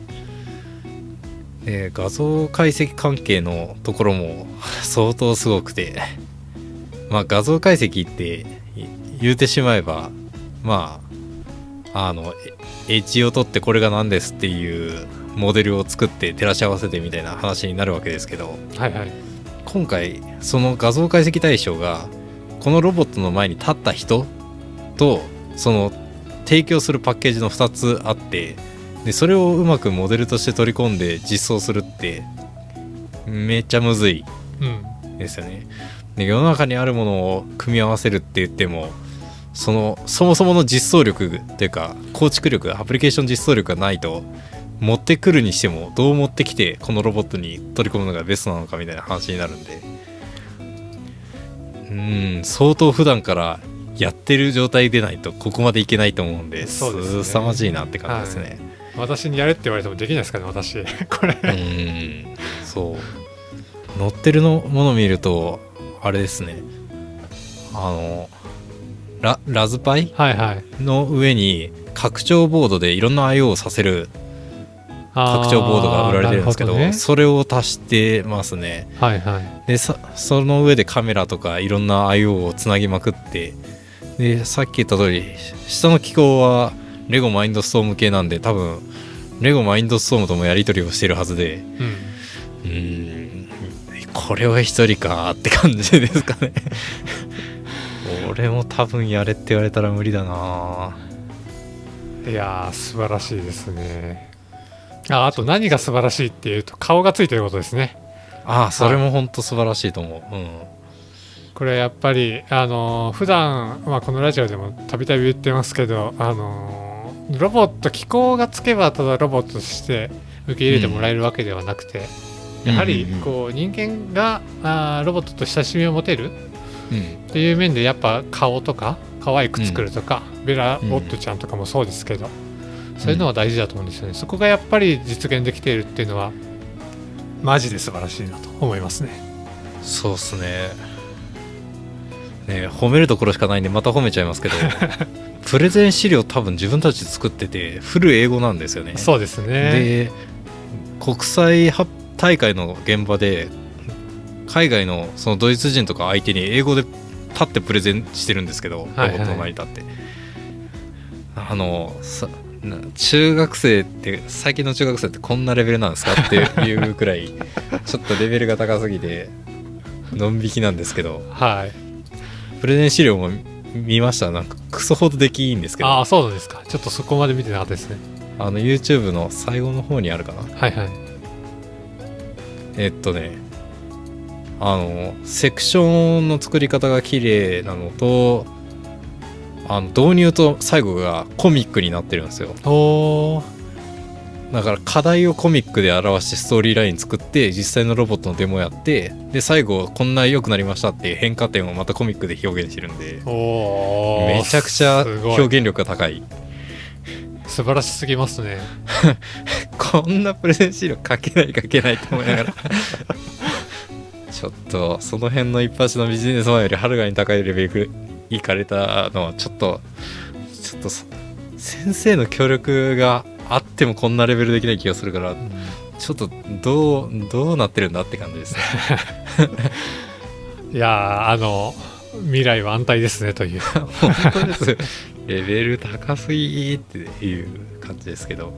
で画像解析関係のところも相当すごくて、まあ画像解析って言うてしまえばまああのエッジを取ってこれが何ですっていうモデルを作って照らし合わせてみたいな話になるわけですけど、
はいはい、
今回その画像解析対象がこのロボットの前に立った人とその提供するパッケージのふたつあって、でそれをうまくモデルとして取り込んで実装するってめっちゃむずいですよね、うん、で世の中にあるものを組み合わせるって言ってもそのそもそもの実装力っていうか構築力アプリケーション実装力がないと持ってくるにしてもどう持ってきてこのロボットに取り込むのがベストなのかみたいな話になるんで、うん相当普段からやってる状態でないとここまでいけないと思うんで、
そうですね、
すさまじいなって感じですね、
はい、私にやれって言われてもできないですかね私これ
うんそう乗ってるのものを見るとあれですね、あのラ, ラズパイの上に拡張ボードでいろんな アイオー をさせる拡張ボードが売られてるんですけ ど, ど、ね、それを足してますね、
はいはい、
でその上でカメラとかいろんな アイオー をつなぎまくって、でさっき言った通り下の機構はレゴマインドストーム系なんで多分レゴマインドストームともやり取りをしてるはずで、うん、うーんこれは一人かって感じですかね俺も多分やれって言われたら無理だな。
いやー素晴らしいですね。 あ, あと何が素晴らしいっていうと顔がついてることですね。
ああそれも本当素晴らしいと思う、うん、
これやっぱりあのー、普段、まあ、このラジオでもたびたび言ってますけど、あのー、ロボット機構がつけばただロボットとして受け入れてもらえるわけではなくて、うん、やはりこう人間があロボットと親しみを持てるっていう面でやっぱ顔とか可愛く作るとか、うん、ベラボットちゃんとかもそうですけど、うん、そういうのは大事だと思うんですよね。そこがやっぱり実現できているっていうのはマジで素晴らしいなと思いますね。
そうですね。ね褒めるところしかないんでまた褒めちゃいますけどプレゼン資料多分自分たちで作っててフル英語なんですよね。
そうですね。
で国際大会の現場で海外のそのドイツ人とか相手に英語で立ってプレゼンしてるんですけど、ロボットの前に立って、はいはい、あの中学生って最近の中学生ってこんなレベルなんですかっていうくらいちょっとレベルが高すぎてのんびきなんですけど、
はい、
プレゼン資料も見ました。なんかクソほどできいいんですけど。
ああそうなんですか。ちょっとそこまで見てなかったですね。
あの YouTube の最後の方にあるかな。
はいはい。
えっとねあのセクションの作り方が綺麗なのとあの導入と最後がコミックになってるんですよ。
お
だから課題をコミックで表してストーリーライン作って実際のロボットのデモやってで最後こんな良くなりましたっていう変化点をまたコミックで表現してるんで
お
めちゃくちゃ表現力が高い。
素晴らしすぎますね
こんなプレゼン資料書けない書けないと思いながらちょっとその辺の一発のビジネスマンよりはるかに高いレベルいかれたのはちょっとちょっと先生の協力があってもこんなレベルできない気がするから、うん、ちょっとどうどうなってるんだって感じですね
いやあの未来は安泰ですねという
本当ですレベル高すぎっていう感じですけど、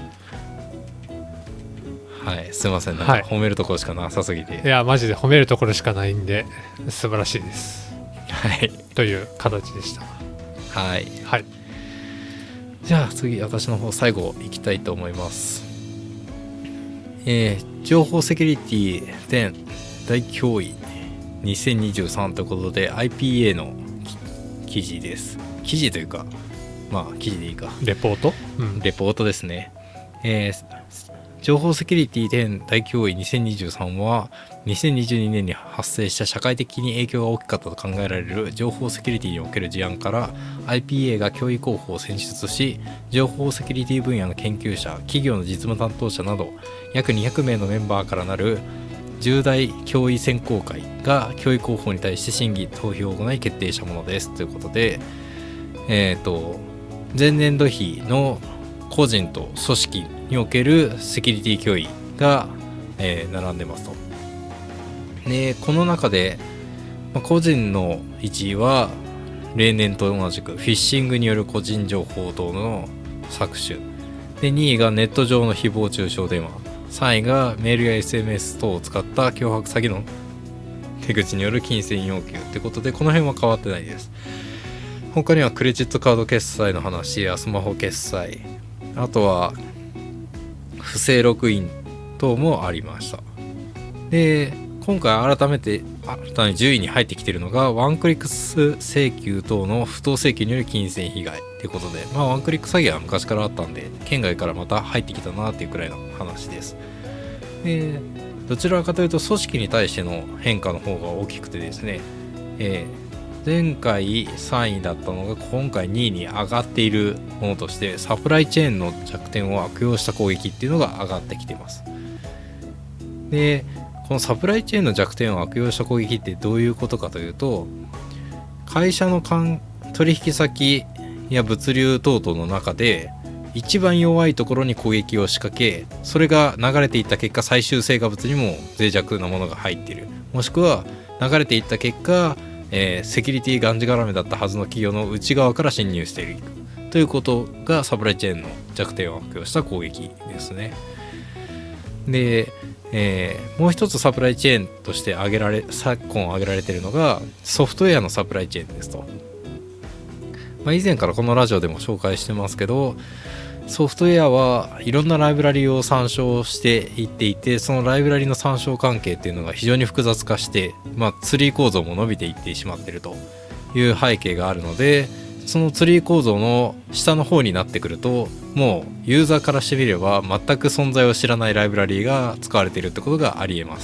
はいすいませんなんか褒めるところしかなさすぎて、はい、
いやマジで褒めるところしかないんで素晴らしいです
はい
という形でした。
はい、
はい、
じゃあ次私の方最後いきたいと思います。えー、情報セキュリティじゅう大脅威にせんにじゅうさんということで アイピーエー の記事です。記事というかまあ記事でいいか
レポート、
うん、レポートですね。えー情報セキュリティじゅう大脅威にせんにじゅうさんはにせんにじゅうにねんに発生した社会的に影響が大きかったと考えられる情報セキュリティにおける事案から アイピーエー が脅威候補を選出し情報セキュリティ分野の研究者企業の実務担当者など約にひゃくめいのメンバーからなる重大脅威選考会が脅威候補に対して審議投票を行い決定したものですということで、えーと前年度比の個人と組織におけるセキュリティ脅威が、えー、並んでますと。でこの中で、まあ、個人のいちいは例年と同じくフィッシングによる個人情報等の搾取でにいがネット上の誹謗中傷電話さんいがメールや エスエヌエス 等を使った脅迫詐欺の手口による金銭要求ということでこの辺は変わってないです。他にはクレジットカード決済の話やスマホ決済あとは不正ログイン等もありました。で今回改めて新たにじゅういに入ってきているのがワンクリックス請求等の不当請求による金銭被害ということで、まあ、ワンクリック詐欺は昔からあったんで県外からまた入ってきたなっていうくらいの話です。でどちらかというと組織に対しての変化の方が大きくてですね、えー前回さんいだったのが今回にいに上がっているものとしてサプライチェーンの弱点を悪用した攻撃っていうのが上がってきています。でこのサプライチェーンの弱点を悪用した攻撃ってどういうことかというと会社の取引先や物流等々の中で一番弱いところに攻撃を仕掛けそれが流れていった結果最終成果物にも脆弱なものが入っているもしくは流れていった結果えー、セキュリティがんじがらめだったはずの企業の内側から侵入しているということがサプライチェーンの弱点を悪用した攻撃ですね。で、えー、もう一つサプライチェーンとして挙げられ昨今挙げられているのがソフトウェアのサプライチェーンですと、まあ、以前からこのラジオでも紹介してますけどソフトウェアはいろんなライブラリを参照していっていてそのライブラリの参照関係っていうのが非常に複雑化して、まあ、ツリー構造も伸びていってしまっているという背景があるのでそのツリー構造の下の方になってくるともうユーザーからしてみれば全く存在を知らないライブラリが使われているってことがありえます。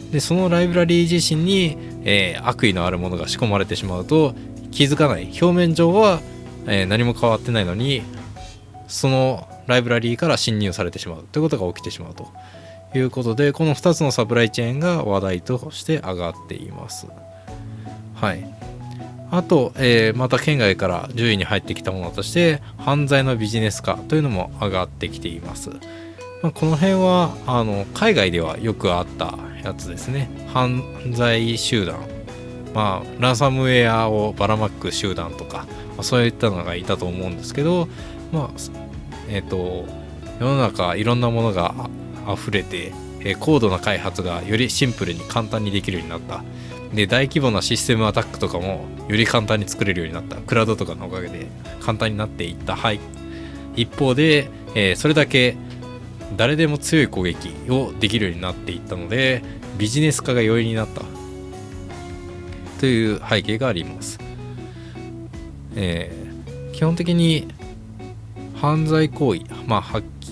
でそのライブラリ自身に、えー、悪意のあるものが仕込まれてしまうと気づかない表面上は、えー、何も変わってないのにそのライブラリーから侵入されてしまうということが起きてしまうということでこのふたつのサプライチェーンが話題として上がっています。はい。あと、えー、また県外からじゅういに入ってきたものとして犯罪のビジネス化というのも上がってきています。まあ、この辺はあの海外ではよくあったやつですね。犯罪集団、まあ、ランサムウェアをばらまく集団とか、まあ、そういったのがいたと思うんですけどまあえー、と世の中いろんなものが溢れて、えー、高度な開発がよりシンプルに簡単にできるようになったで大規模なシステムアタックとかもより簡単に作れるようになったクラウドとかのおかげで簡単になっていった、はい、一方で、えー、それだけ誰でも強い攻撃をできるようになっていったのでビジネス化が容易になったという背景があります。えー、基本的に犯罪行為、まあはっき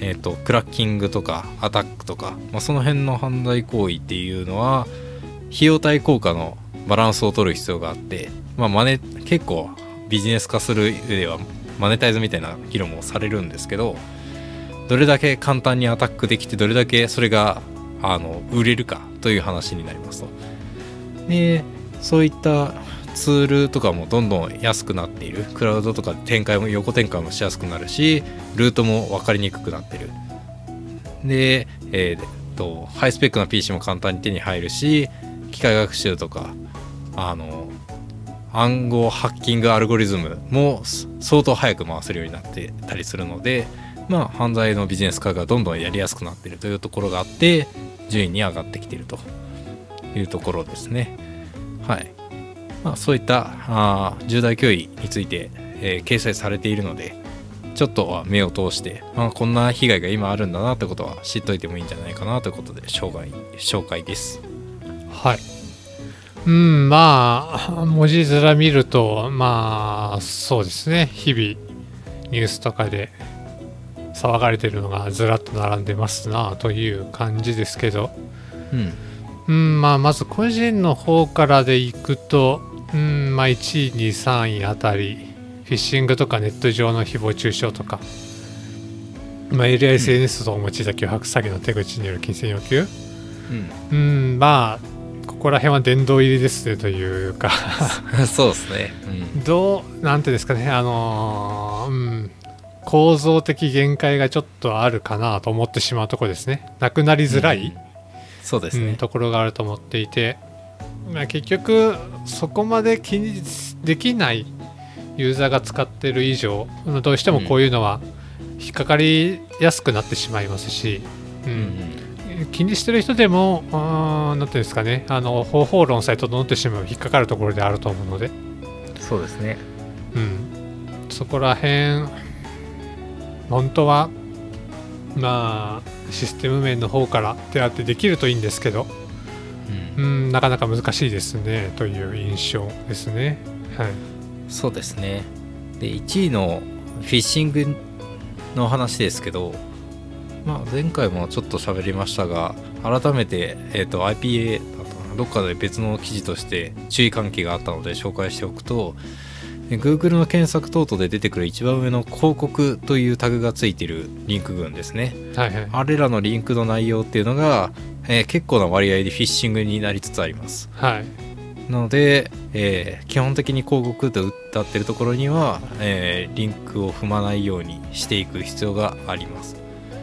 えーと、クラッキングとかアタックとか、まあ、その辺の犯罪行為っていうのは費用対効果のバランスを取る必要があって、まあ、マネ結構ビジネス化する上ではマネタイズみたいな議論もされるんですけど、どれだけ簡単にアタックできてどれだけそれがあの売れるかという話になりますと。でそういったツールとかもどんどん安くなっている。クラウドとかで展開も横展開もしやすくなるし、ルートも分かりにくくなってる。で、えー、とハイスペックな ピーシー も簡単に手に入るし、機械学習とかあの暗号ハッキングアルゴリズムも相当早く回せるようになってたりするので、まあ犯罪のビジネス化がどんどんやりやすくなっているというところがあって、順位に上がってきているというところですね。はい。まあ、そういったあ重大脅威について、えー、掲載されているので、ちょっとは目を通して、まあ、こんな被害が今あるんだなってことは知っといてもいいんじゃないかなということで紹介、紹介です。
はい。うん、まあ文字面見ると、まあそうですね、日々ニュースとかで騒がれてるのがずらっと並んでますなという感じですけど、うんうん、まあまず個人の方からでいくと、うんまあ、いちいにさんいあたりフィッシングとかネット上の誹謗中傷とか、まあ、エルアイエスエヌエス とお持ちだ脅迫詐欺の手口による金銭要求、うん、うんまあここら辺は殿堂入りですねというか
そうですね、
うん、どうなんていうんですかね、あのーうん、構造的限界がちょっとあるかなと思ってしまうところですね。なくなりづらい、うん、
そうですね、
うん、ところがあると思っていて、まあ、結局そこまで気にできないユーザーが使っている以上、どうしてもこういうのは引っかかりやすくなってしまいますし、うんうんうん、気にしてる人でも何ていうんですかね、あの方法論さえ整ってしまう引っかかるところであると思うので、
そうですね、
うん、そこら辺本当はまあシステム面の方から手当てできるといいんですけど、うんうん、なかなか難しいですねという印象ですね。はい、
そうですね。でいちいのフィッシングの話ですけど、まあ、前回もちょっと喋りましたが、改めて、えーと、アイピーエー だったかな、どっかで別の記事として注意喚起があったので紹介しておくと、Google の検索等々で出てくる一番上の広告というタグがついているリンク群ですね、はいはい、あれらのリンクの内容っていうのが、えー、結構な割合でフィッシングになりつつあります、はい、なので、えー、基本的に広告と歌ってるところには、えー、リンクを踏まないようにしていく必要があります。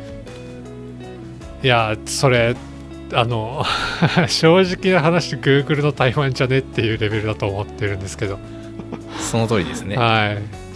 いやそれあの正直な話 Google の怠慢じゃねっていうレベルだと思ってるんですけど
その通りですね。
はい、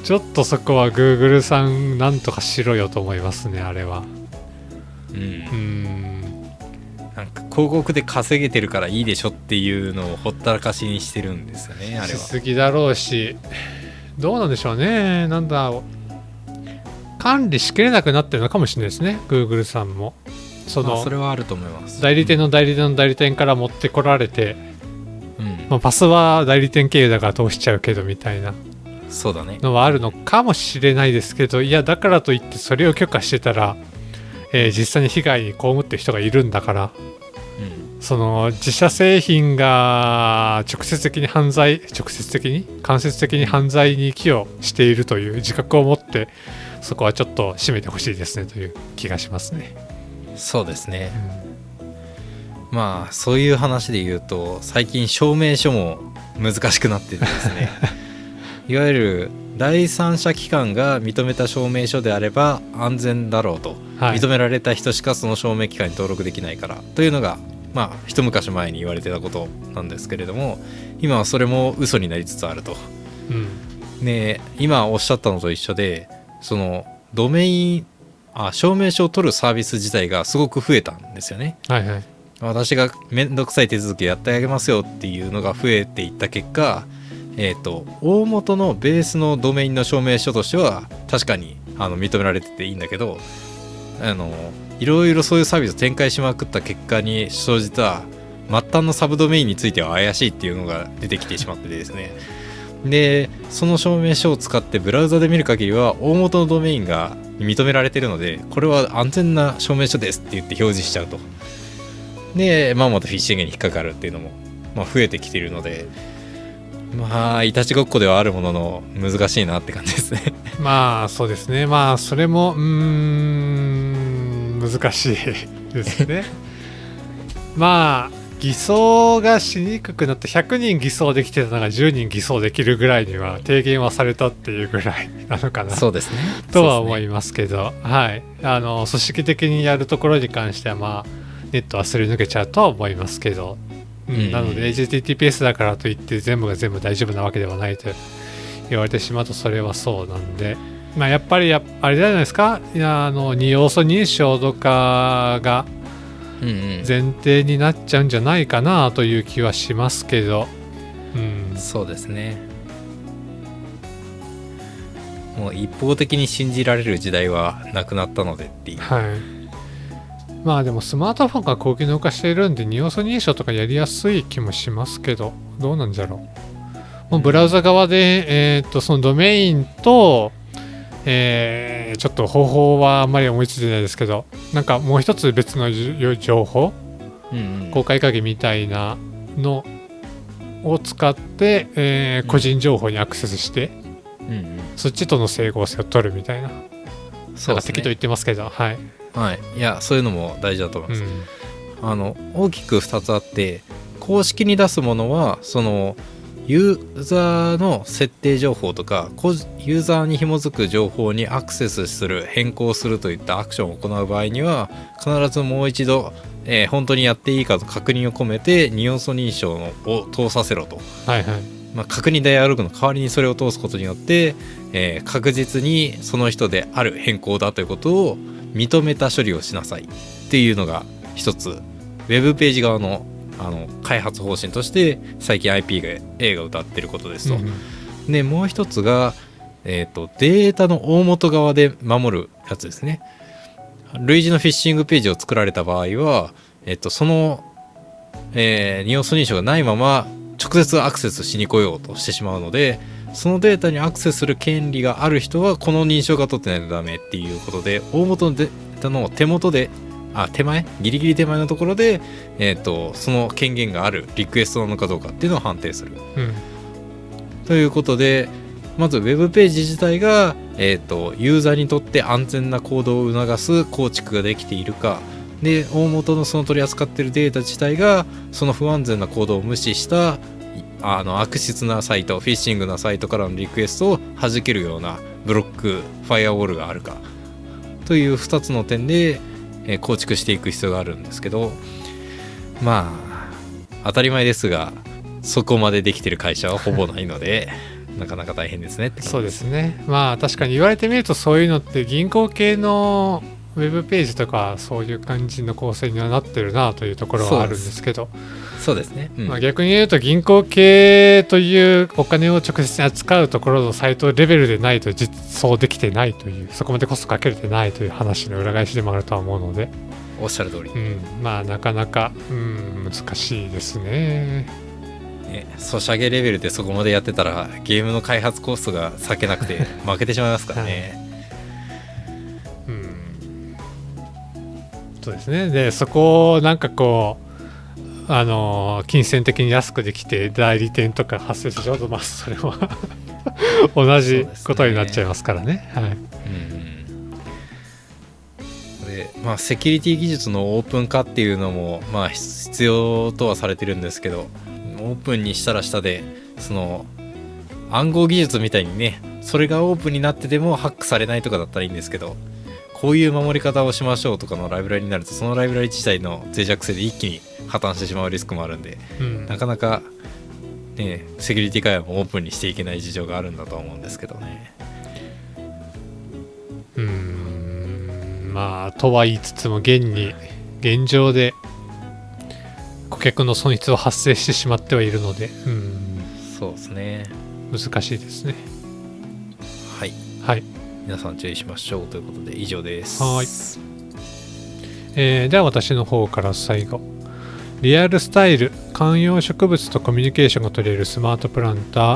ちょっとそこは Google さんなんとかしろよと思いますね、あれは。
うん、うんなんか広告で稼げてるからいいでしょっていうのをほったらかしにしてるんですよね、あれは。し
すぎだろうし、どうなんでしょうね、なんだ管理しきれなくなってるのかもしれないですね、 Google さんも。その、まあ、
それはあると思います。
代理店の代理店の代理店から持ってこられて、うんまあ、パスは代理店経由だから通しちゃうけどみたいな
そうだね
のはあるのかもしれないですけど、いやだからといってそれを許可してたら、えー、実際に被害に被ってる人がいるんだから、うん、その自社製品が直接的に犯罪直接的に間接的に犯罪に寄与しているという自覚を持って、そこはちょっと締めてほしいですねという気がしますね。
そうですね、うん、まあそういう話で言うと最近証明書も難しくなっててですねいわゆる第三者機関が認めた証明書であれば安全だろうと、はい、認められた人しかその証明機関に登録できないからというのがまあ一昔前に言われてたことなんですけれども、今はそれも嘘になりつつあると、うん、で今おっしゃったのと一緒で、そのドメインあ証明書を取るサービス自体がすごく増えたんですよね、はいはい、私がめんどくさい手続きやってあげますよっていうのが増えていった結果、えーと、大元のベースのドメインの証明書としては確かにあの認められてていいんだけど、あのいろいろそういうサービスを展開しまくった結果に生じた末端のサブドメインについては怪しいっていうのが出てきてしまってですね、 でその証明書を使ってブラウザで見る限りは大元のドメインが認められているので、これは安全な証明書ですって言って表示しちゃうと。でまんまとフィッシングに引っかかるっていうのも、まあ、増えてきているので、まあいたちごっこではあるものの難しいなって感じですね。
まあそうですね。まあそれもうーん難しいですね。まあ偽装がしにくくなってひゃくにん偽装できてたのがじゅうにん偽装できるぐらいには低減はされたっていうぐらいなのかな。
そうですね。
とは思いますけど、はい。あの組織的にやるところに関してはまあネットはすり抜けちゃうとは思いますけど、うん、なので エイチティーティーピーエス だからといって全部が全部大丈夫なわけではないと言われてしまうとそれはそうなんで、まあやっぱりやあれじゃないですか。いやあのに要素認証とかが前提になっちゃうんじゃないかなという気はしますけど、
うん、そうですね。もう一方的に信じられる時代はなくなったのでっていう。
はい。まあでもスマートフォンが高機能化しているんでに要素認証とかやりやすい気もしますけど、どうなんじゃろう。もうブラウザ側で、えー、っとそのドメインと、えー、ちょっと方法はあんまり思いついてないですけど、なんかもう一つ別の情報、うんうん、公開鍵みたいなのを使って、えー、個人情報にアクセスして、うんうん、そっちとの整合性を取るみたいな。そうですね、なんか適当言ってますけど、はい、
はい、いやそういうのも大事だと思います、うん、あの大きくふたつあって、公式に出すものはそのユーザーの設定情報とかユーザーに紐づく情報にアクセスする、変更するといったアクションを行う場合には必ずもう一度、えー、本当にやっていいかと確認を込めてに要素認証を通させろと、はいはい、まあ、確認ダイアログの代わりにそれを通すことによって、えー、確実にその人である変更だということを認めた処理をしなさいっていうのが一つ、ウェブページ側のあの開発方針として最近 アイピー が A が謳ってることですと、うん、でもう一つが、えーと、データの大元側で守るやつですね。類似のフィッシングページを作られた場合は、えーと、その、えー、に要素認証がないまま直接アクセスしに来ようとしてしまうので、そのデータにアクセスする権利がある人はこの認証が取ってないとダメっていうことで、大元のデータの手元であ手前ギリギリ手前のところで、えーと、その権限があるリクエストなのかどうかっていうのを判定する、うん、ということで、まずウェブページ自体が、えーと、ユーザーにとって安全な行動を促す構築ができているかで、大元のその取り扱っているデータ自体がその不安全な行動を無視したあの悪質なサイト、フィッシングなサイトからのリクエストを弾けるようなブロック、ファイアウォールがあるかというふたつの点でえー、構築していく必要があるんですけど、まあ当たり前ですがそこまでできてる会社はほぼないのでなかなか大変ですねって感じです。
そうですね。まあ確かに言われてみるとそういうのって銀行系のウェブページとかそういう感じの構成にはなってるなというところはあるんですけど、
そうですね、うん、
まあ、逆に言うと銀行系というお金を直接に扱うところのサイトレベルでないと実装できてないという、そこまでコストかけれてないという話の裏返しでもあるとは思うので、
おっしゃる通り、
うん、まあなかなか、うん、難しいですね。
ね、ソシャゲレベルでそこまでやってたらゲームの開発コストが避けなくて負けてしまいますからね、
はい、うん、そうですね。でそこをなんかこうあの金銭的に安くできて代理店とか発生すると、まあそれは同じことになっちゃいますからね。はい、
うん、でまあセキュリティ技術のオープン化っていうのもまあ必要とはされてるんですけど、オープンにしたらしたでその暗号技術みたいにね、それがオープンになっててもハックされないとかだったらいいんですけど、こういう守り方をしましょうとかのライブラリになるとそのライブラリ自体の脆弱性で一気に破綻してしまうリスクもあるんで、うん、なかなか、ね、セキュリティ開発もオープンにしていけない事情があるんだと思うんですけどね。
うーん、まあとは言いつつも現に現状で顧客の損失を発生してしまってはいるので、うん、
そうですね、
難しいですね。
はい、
はい、
皆さん注意しましょうということで以上です。
はい、えー、では私の方から最後、リアルスタイル観葉植物とコミュニケーションが取れるスマートプランター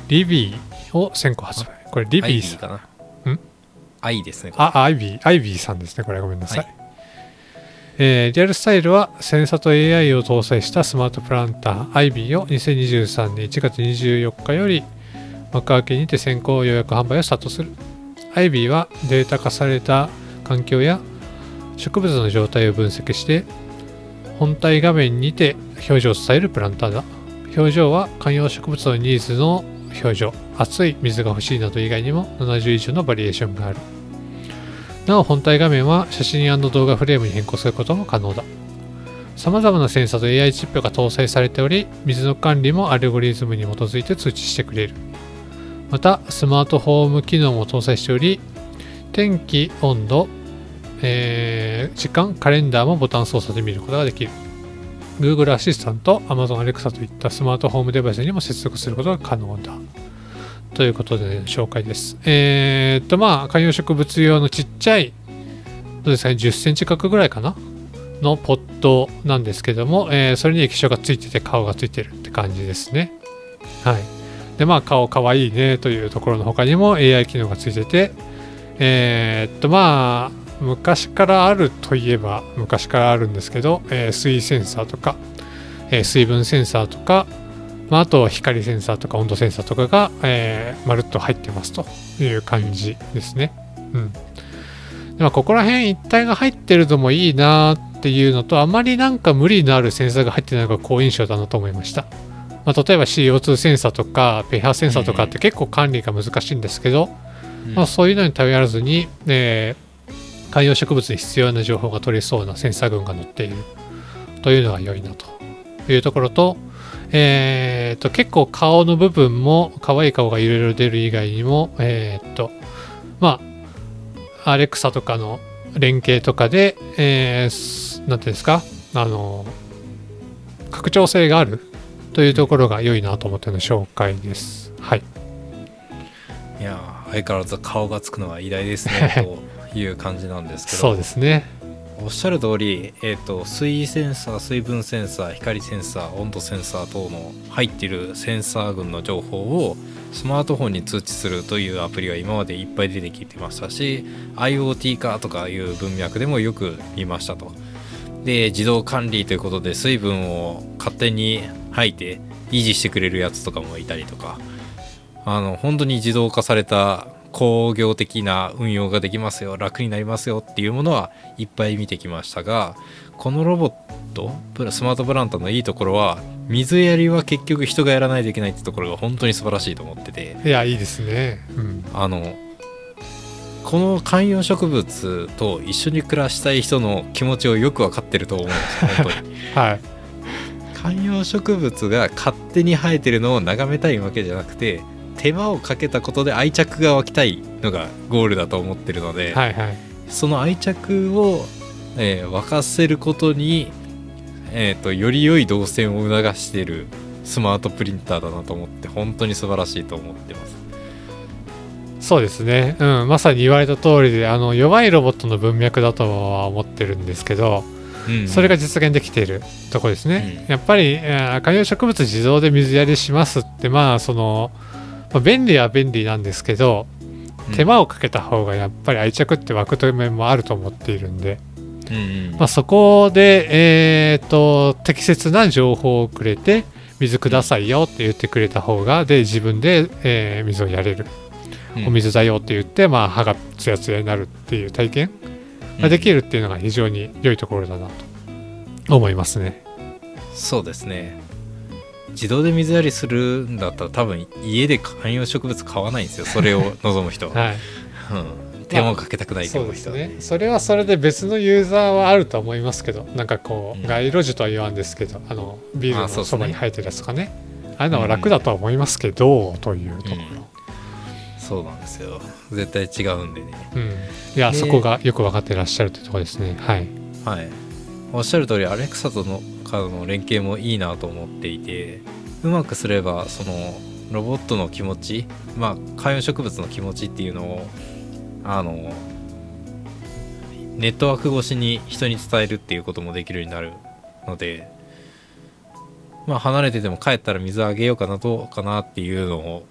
リビーを先行発売。これリビーさん
かな。
ん
愛ですね。
あ、アイビー、アイビーさんですね。これごめんなさい。はい、
え
ー、リアルスタイルはセンサと エーアイ を搭載したスマートプランター アイビー をにせんにじゅうさんねんいちがつにじゅうよっかより幕開けにて先行予約販売をスタートする。アイビー はデータ化された環境や植物の状態を分析して本体画面にて表情を伝えるプランターだ。表情は観葉植物のニーズの表情、暑い、水が欲しいなど以外にもななじゅう以上のバリエーションがある。なお本体画面は写真&動画フレームに変更することも可能だ。さまざまなセンサーと エーアイ チップが搭載されており、水の管理もアルゴリズムに基づいて通知してくれる。またスマートホーム機能も搭載しており、天気、温度、えー、時間、カレンダーもボタン操作で見ることができる。Google アシスタント、Amazon Alexa といったスマートホームデバイスにも接続することが可能だ。ということで、ね、紹介です。えー、っと、まあ、観葉植物用のちっちゃい、どうですかね、じゅっセンチ角ぐらいかなのポットなんですけども、えー、それに液晶がついてて顔がついてるって感じですね。はい。で、まあ、顔かわいいねというところの他にも エーアイ 機能がついてて、えー、っと、まあ、昔からあるといえば昔からあるんですけど、えー、水センサーとか、えー、水分センサーとか、まあ、あと光センサーとか温度センサーとかが、えー、まるっと入ってますという感じですね。うん。でまあ、ここら辺一体が入ってるのもいいなっていうのと、あまりなんか無理のあるセンサーが入ってないのが好印象だなと思いました。まあ、例えば シーオーツー センサーとか pH センサーとかって結構管理が難しいんですけど、うんまあ、そういうのに頼らずに、えー観葉植物に必要な情報が取れそうなセンサー群が載っているというのが良いなというところと、えー、と結構顔の部分も可愛い顔がいろいろ出る以外にも、えー、とまあアレクサとかの連携とかで、えー、なんていうんですか、あの拡張性があるというところが良いなと思っての紹介です。はい。
いや相変わらず顔がつくのは偉大ですねという感じなんですけど
そうですね、
おっしゃる通り、えーと、水センサー、水分センサー、光センサー、温度センサー等の入っているセンサー群の情報をスマートフォンに通知するというアプリは今までいっぱい出てきてましたし、 IoT 化とかいう文脈でもよく見ましたと。で自動管理ということで水分を勝手に吐いて維持してくれるやつとかもいたりとか、あの本当に自動化された工業的な運用ができますよ、楽になりますよっていうものはいっぱい見てきましたが、このロボットスマートプランターのいいところは水やりは結局人がやらないといけないってところが本当に素晴らしいと思ってて、
いやいいですね、うん、あの
この観葉植物と一緒に暮らしたい人の気持ちをよく分かってると思うんですよ本当に
はい
観葉植物が勝手に生えてるのを眺めたいわけじゃなくて、手間をかけたことで愛着が湧きたいのがゴールだと思ってるので、
はいはい、
その愛着を、えー、沸かせることに、えーと、より良い動線を促しているスマートプリンターだなと思って本当に素晴らしいと思ってます。
そうですね、うん、まさに言われた通りで、あの弱いロボットの文脈だとは思ってるんですけど、うんうん、それが実現できているところですね、うん、やっぱり観葉植物自動で水やりしますって、まあそのまあ、便利は便利なんですけど、手間をかけた方がやっぱり愛着って湧くという面もあると思っているんで、うんうんまあ、そこで、えー、と適切な情報をくれて水くださいよって言ってくれた方がで自分で、えー、水をやれる、うん、お水だよって言って、まあ、歯がツヤツヤになるっていう体験ができるっていうのが非常に良いところだなと思いますね。
そうですね、自動で水やりするんだったら多分家で観葉植物買わないんですよ、それを望む人は、はいうん、手間をかけたくないと思う人は、
まあ、そうですね、それはそれで別のユーザーはあると思いますけど、なんかこう、うん、街路樹とは言わんですけど、あのビールのそばに生えてるやつとかね、ああいうのは楽だとは思いますけど、うん、というところ、うん、
そうなんですよ、絶対違うんでね、
うん、いやそこがよく分かってらっしゃるというところですね。はい、
はい、おっしゃる通りアレクサとのからの連携もいいなと思っていて、うまくすればそのロボットの気持ち、まあ観葉植物の気持ちっていうのをあのネットワーク越しに人に伝えるっていうこともできるようになるので、まあ離れてても帰ったら水あげようかなどうかなっていうのを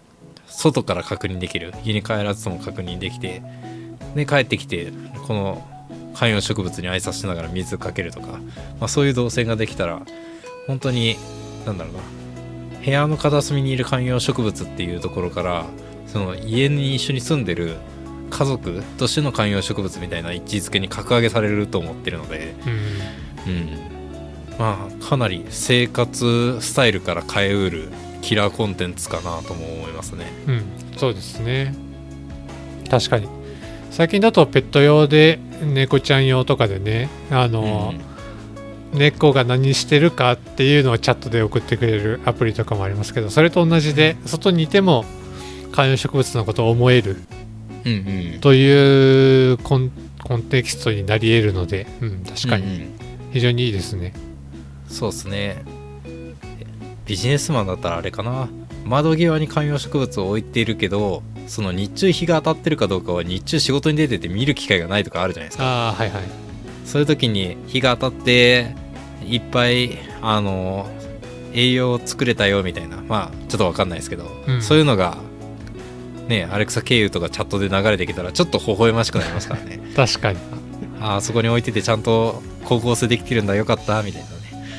外から確認できる、家に帰らずとも確認できて、で帰ってきてこの観葉植物に挨拶しながら水かけるとか、まあ、そういう動線ができたら本当になんだろうな、部屋の片隅にいる観葉植物っていうところからその家に一緒に住んでる家族としての観葉植物みたいな位置づけに格上げされると思ってるので、うん、うん、まあかなり生活スタイルから変えうるキラーコンテンツかなとも思いますね。
うん、そうですね。確かに最近だとペット用で猫ちゃん用とかでね、あの、うん、猫が何してるかっていうのをチャットで送ってくれるアプリとかもありますけど、それと同じで外にいても観葉植物のことを思える、うんうん、というコン、コンテキストになり得るので、うん、確かに非常にいいですね。
うんうん、そうですね。ビジネスマンだったらあれかな、窓際に観葉植物を置いているけど、その日中日が当たってるかどうかは日中仕事に出てて見る機会がないとかあるじゃないですか。
あ、はいはい、
そういう時に日が当たっていっぱいあの栄養を作れたよみたいな、まあちょっと分かんないですけど、うん、そういうのがね、アレクサ経由とかチャットで流れてきたらちょっと微笑ましくなりますからね。
確かに、
ああそこに置いててちゃんと光合成できてるんだ、よかったみたいなね。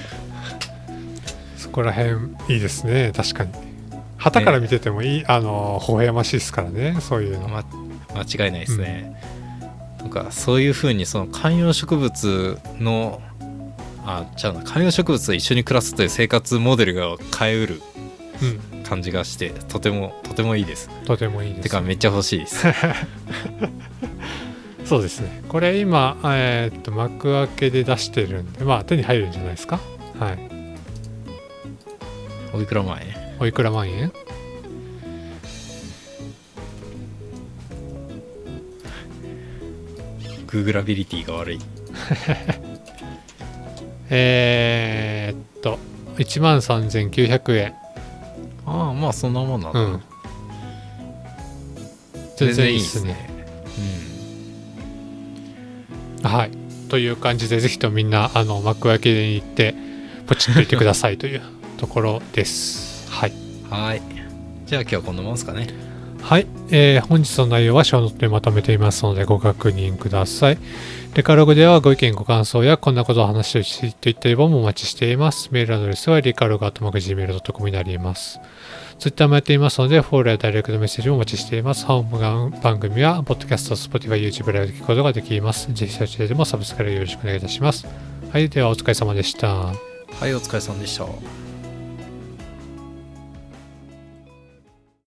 そこら辺いいですね。確かに旗から見ててもいい、ね、あの微笑ましいですからね、そういうの、
ま、間違いないですね、うん、とかそういう風にその観葉植物のあちゃうな観葉植物と一緒に暮らすという生活モデルが変えうる感じがして、うん、とてもとてもいいです。
とてもいいです。
てかめっちゃ欲しいです。
そうですね。これ今、えー、っと幕開けで出してるんで、まあ手に入るんじゃないですか。はい。
おいくら万円？
おいくら万円？
グーグラビリティが悪い。
えーっといちまんさんぜんきゅうひゃくえん。
ああ、まあそんなもんなんだ、うん、
全然いいですね。うん、はい、という感じでぜひとみんなあの幕開けに行ってポチッといてくださいというところです。はい、
はい、じゃあ今日はこんなもんですかね。
はい、えー、本日の内容はショーノートでまとめていますのでご確認ください。レカログではご意見ご感想やこんなことを話してほしいといったレポもお待ちしています。メールアドレスはリカログアットマークジーメールドットコム になります。ツイッターもやっていますのでフォローやダイレクトメッセージもお待ちしています。本番組はポッドキャスト、Spotify、YouTube ライブで聞くことができます。ぜひそちらでもサブスクライブよろしくお願いいたします。はい、ではお疲れ様でした。は
い、お疲れ様でした。